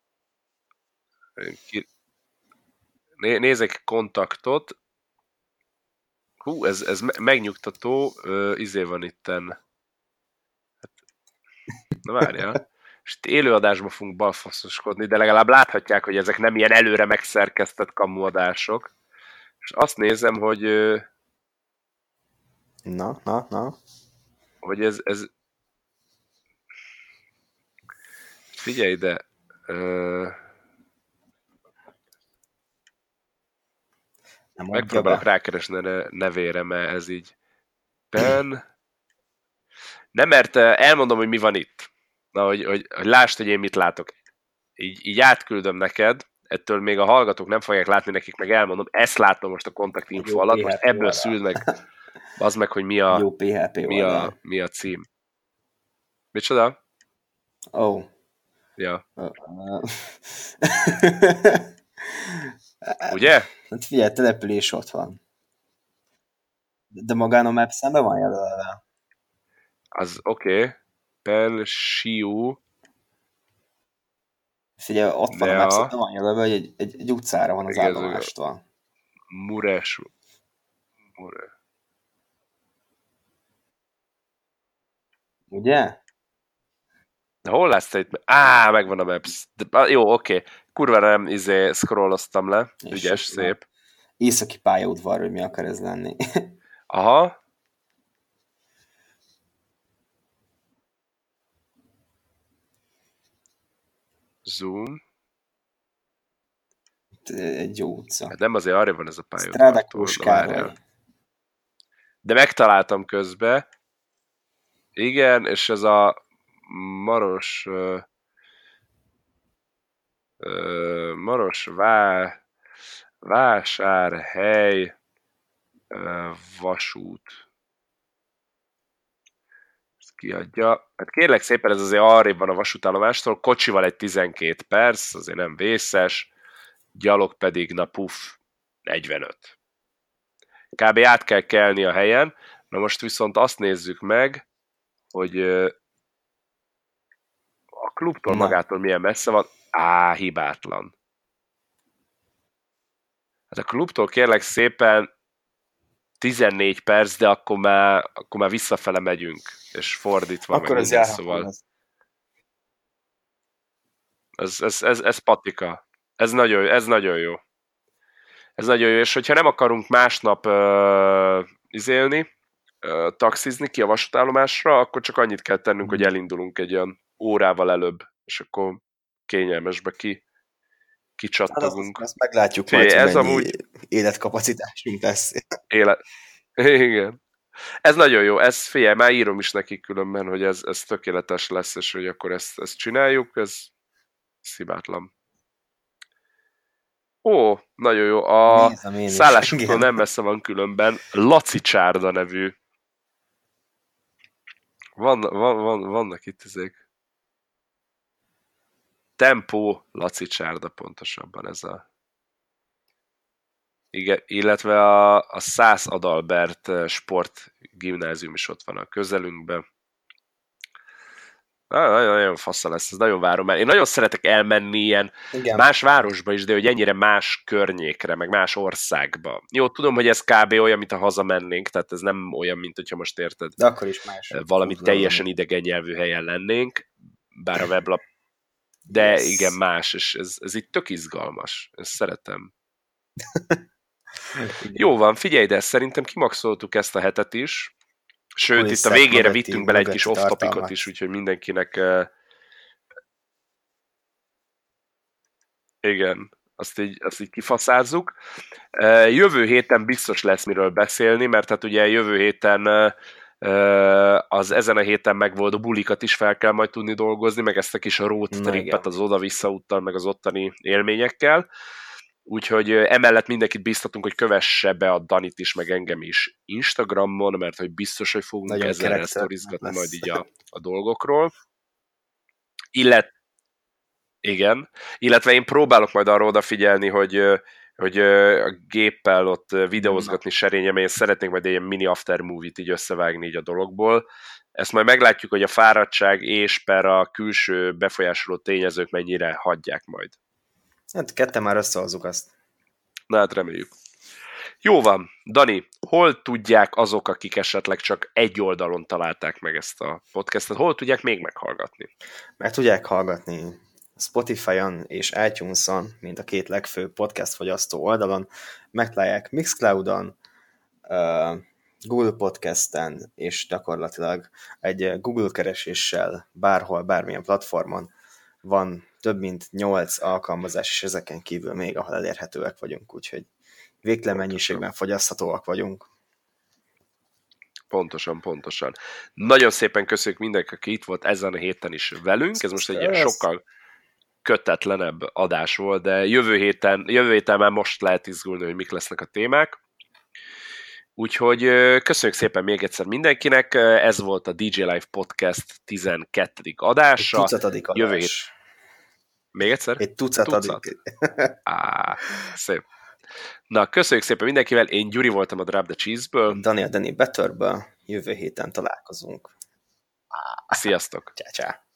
Nézek kontaktot. Hú, ez megnyugtató, izé van itten. Hát, na várjál. És itt élőadásban fogunk balfaszoskodni, de legalább láthatják, hogy ezek nem ilyen előre megszerkesztett kamuadások. És azt nézem, hogy... Na. Hogy ez... Figyelj ide. Megpróbálok rákeresni a nevére, mert ez így... Nem, mert elmondom, hogy mi van itt. Na, hogy lásd, hogy én mit látok. Így átküldöm neked, ettől még a hallgatók nem fogják látni, nekik meg elmondom, ezt látom most a kontaktinfo alatt, most ebből szűld meg, az meg, hogy mi a cím. Micsoda? Oh. Ja. Ugye? Hát figyelj, település ott van. De magán a Maps-en be van jelölve. Az oké. Pelsiu. Figyelj, ott van a Maps-en, be van jelölve, hogy egy utcára van az állomástól. Muresu. Ugye? De hol látsz te itt? Megvan a Maps. De, jó, oké. Kurva nem scrolloztam le. Ügyes, szép. Északi pályaudvar, hogy mi akar ez lenni. Aha. Zoom. Egy jó utca. Hát nem azért arra van ez a pályaudvar. De megtaláltam közbe. Igen, és ez a Maros Vásárhely vasút. Ezt kiadja. Hát kérlek szépen, ez azért arrébb van a vasútállomástól, kocsival egy 12 perc, azért nem vészes, gyalog pedig, na puff, 45. Kb. Át kell kelni a helyen, na most viszont azt nézzük meg, hogy a klubtól magától milyen messze van. Hibátlan. Hát a klubtól kérlek szépen 14 perc, de akkor már visszafele megyünk, és fordítva akkor meg minden, szóval. Ez patika. Ez nagyon jó. Ez nagyon jó, és hogyha nem akarunk másnap izélni, taxizni ki a vasútállomásra, akkor csak annyit kell tennünk, hogy elindulunk egy olyan órával előbb, és akkor kényelmesbe kicsattogunk. Hát azt meglátjuk majd, hogy ez mennyi amúgy életkapacitásunk lesz. Igen. Ez nagyon jó, figyelj, már írom is nekik különben, hogy ez tökéletes lesz, és hogy akkor ezt csináljuk, ez hibátlan. Ó, nagyon jó. A szállásunktól nem messze van különben Laci Csárda nevű. Vannak itt ezek. Tempó Laci Csárda pontosabban ez a... Igen, illetve a Szász Adalbert sportgimnázium is ott van a közelünkben. Nagyon fasza lesz, ez nagyon várom el. Én nagyon szeretek elmenni ilyen más városba is, de hogy ennyire más környékre, meg más országba. Jó, tudom, hogy ez kb. Olyan, mint ha hazamennénk, tehát ez nem olyan, mint hogyha most érted. De akkor is más. Valami teljesen idegen nyelvű helyen lennénk, bár a weblap. De igen, más, és ez itt tök izgalmas. Ezt szeretem. Jó van, figyelj, de szerintem kimaxoltuk ezt a hetet is. Sőt, itt a végére vittünk bele egy kis off-topicot is, úgyhogy mindenkinek... Igen, azt így kifaszázzuk. Jövő héten biztos lesz miről beszélni, mert hát ugye jövő héten az ezen a héten megvolt bulikat is fel kell majd tudni dolgozni, meg ezt a kis road trippet az oda-vissza úttal, meg az ottani élményekkel. Úgyhogy emellett mindenkit biztatunk, hogy kövesse be a Danit is, meg engem is Instagramon, mert hogy biztos, hogy fogunk ezzel sztorizgatni majd így a dolgokról. Illetve én próbálok majd arra odafigyelni, hogy a géppel ott videózgatni serényem, én szeretnék majd egy ilyen mini after movie-t így összevágni így a dologból. Ezt majd meglátjuk, hogy a fáradtság és per a külső befolyásoló tényezők mennyire hagyják majd. Hát ketten már összehozzuk azt. Na hát reméljük. Jó van, Dani, hol tudják azok, akik esetleg csak egy oldalon találták meg ezt a podcastet, hol tudják még meghallgatni? Meg tudják hallgatni Spotify-on és iTunes-on, mint a két legfőbb podcast fogyasztó oldalon, megtalálják Mixcloud-on, Google Podcasten, és gyakorlatilag egy Google kereséssel bárhol, bármilyen platformon van több mint 8 alkalmazás, és ezeken kívül még, ahol elérhetőek vagyunk, úgyhogy végtelen mennyiségben fogyaszthatóak vagyunk. Pontosan. Nagyon szépen köszönjük mindenki, aki itt volt ezen a héten is velünk. Ez most egy ilyen sokkal kötetlenebb adás volt, de jövő héten már most lehet izgulni, hogy mik lesznek a témák. Úgyhogy köszönjük szépen még egyszer mindenkinek. Ez volt a DJ Live Podcast 12. adása. Egy tucatadik adás. Jövő hét... Még egyszer? Egy tucatadik. Szép. Na, köszönjük szépen mindenkivel. Én Gyuri voltam a Drop the Cheese-ből. Dani a Danny Betterből. Jövő héten találkozunk. Sziasztok! Csá.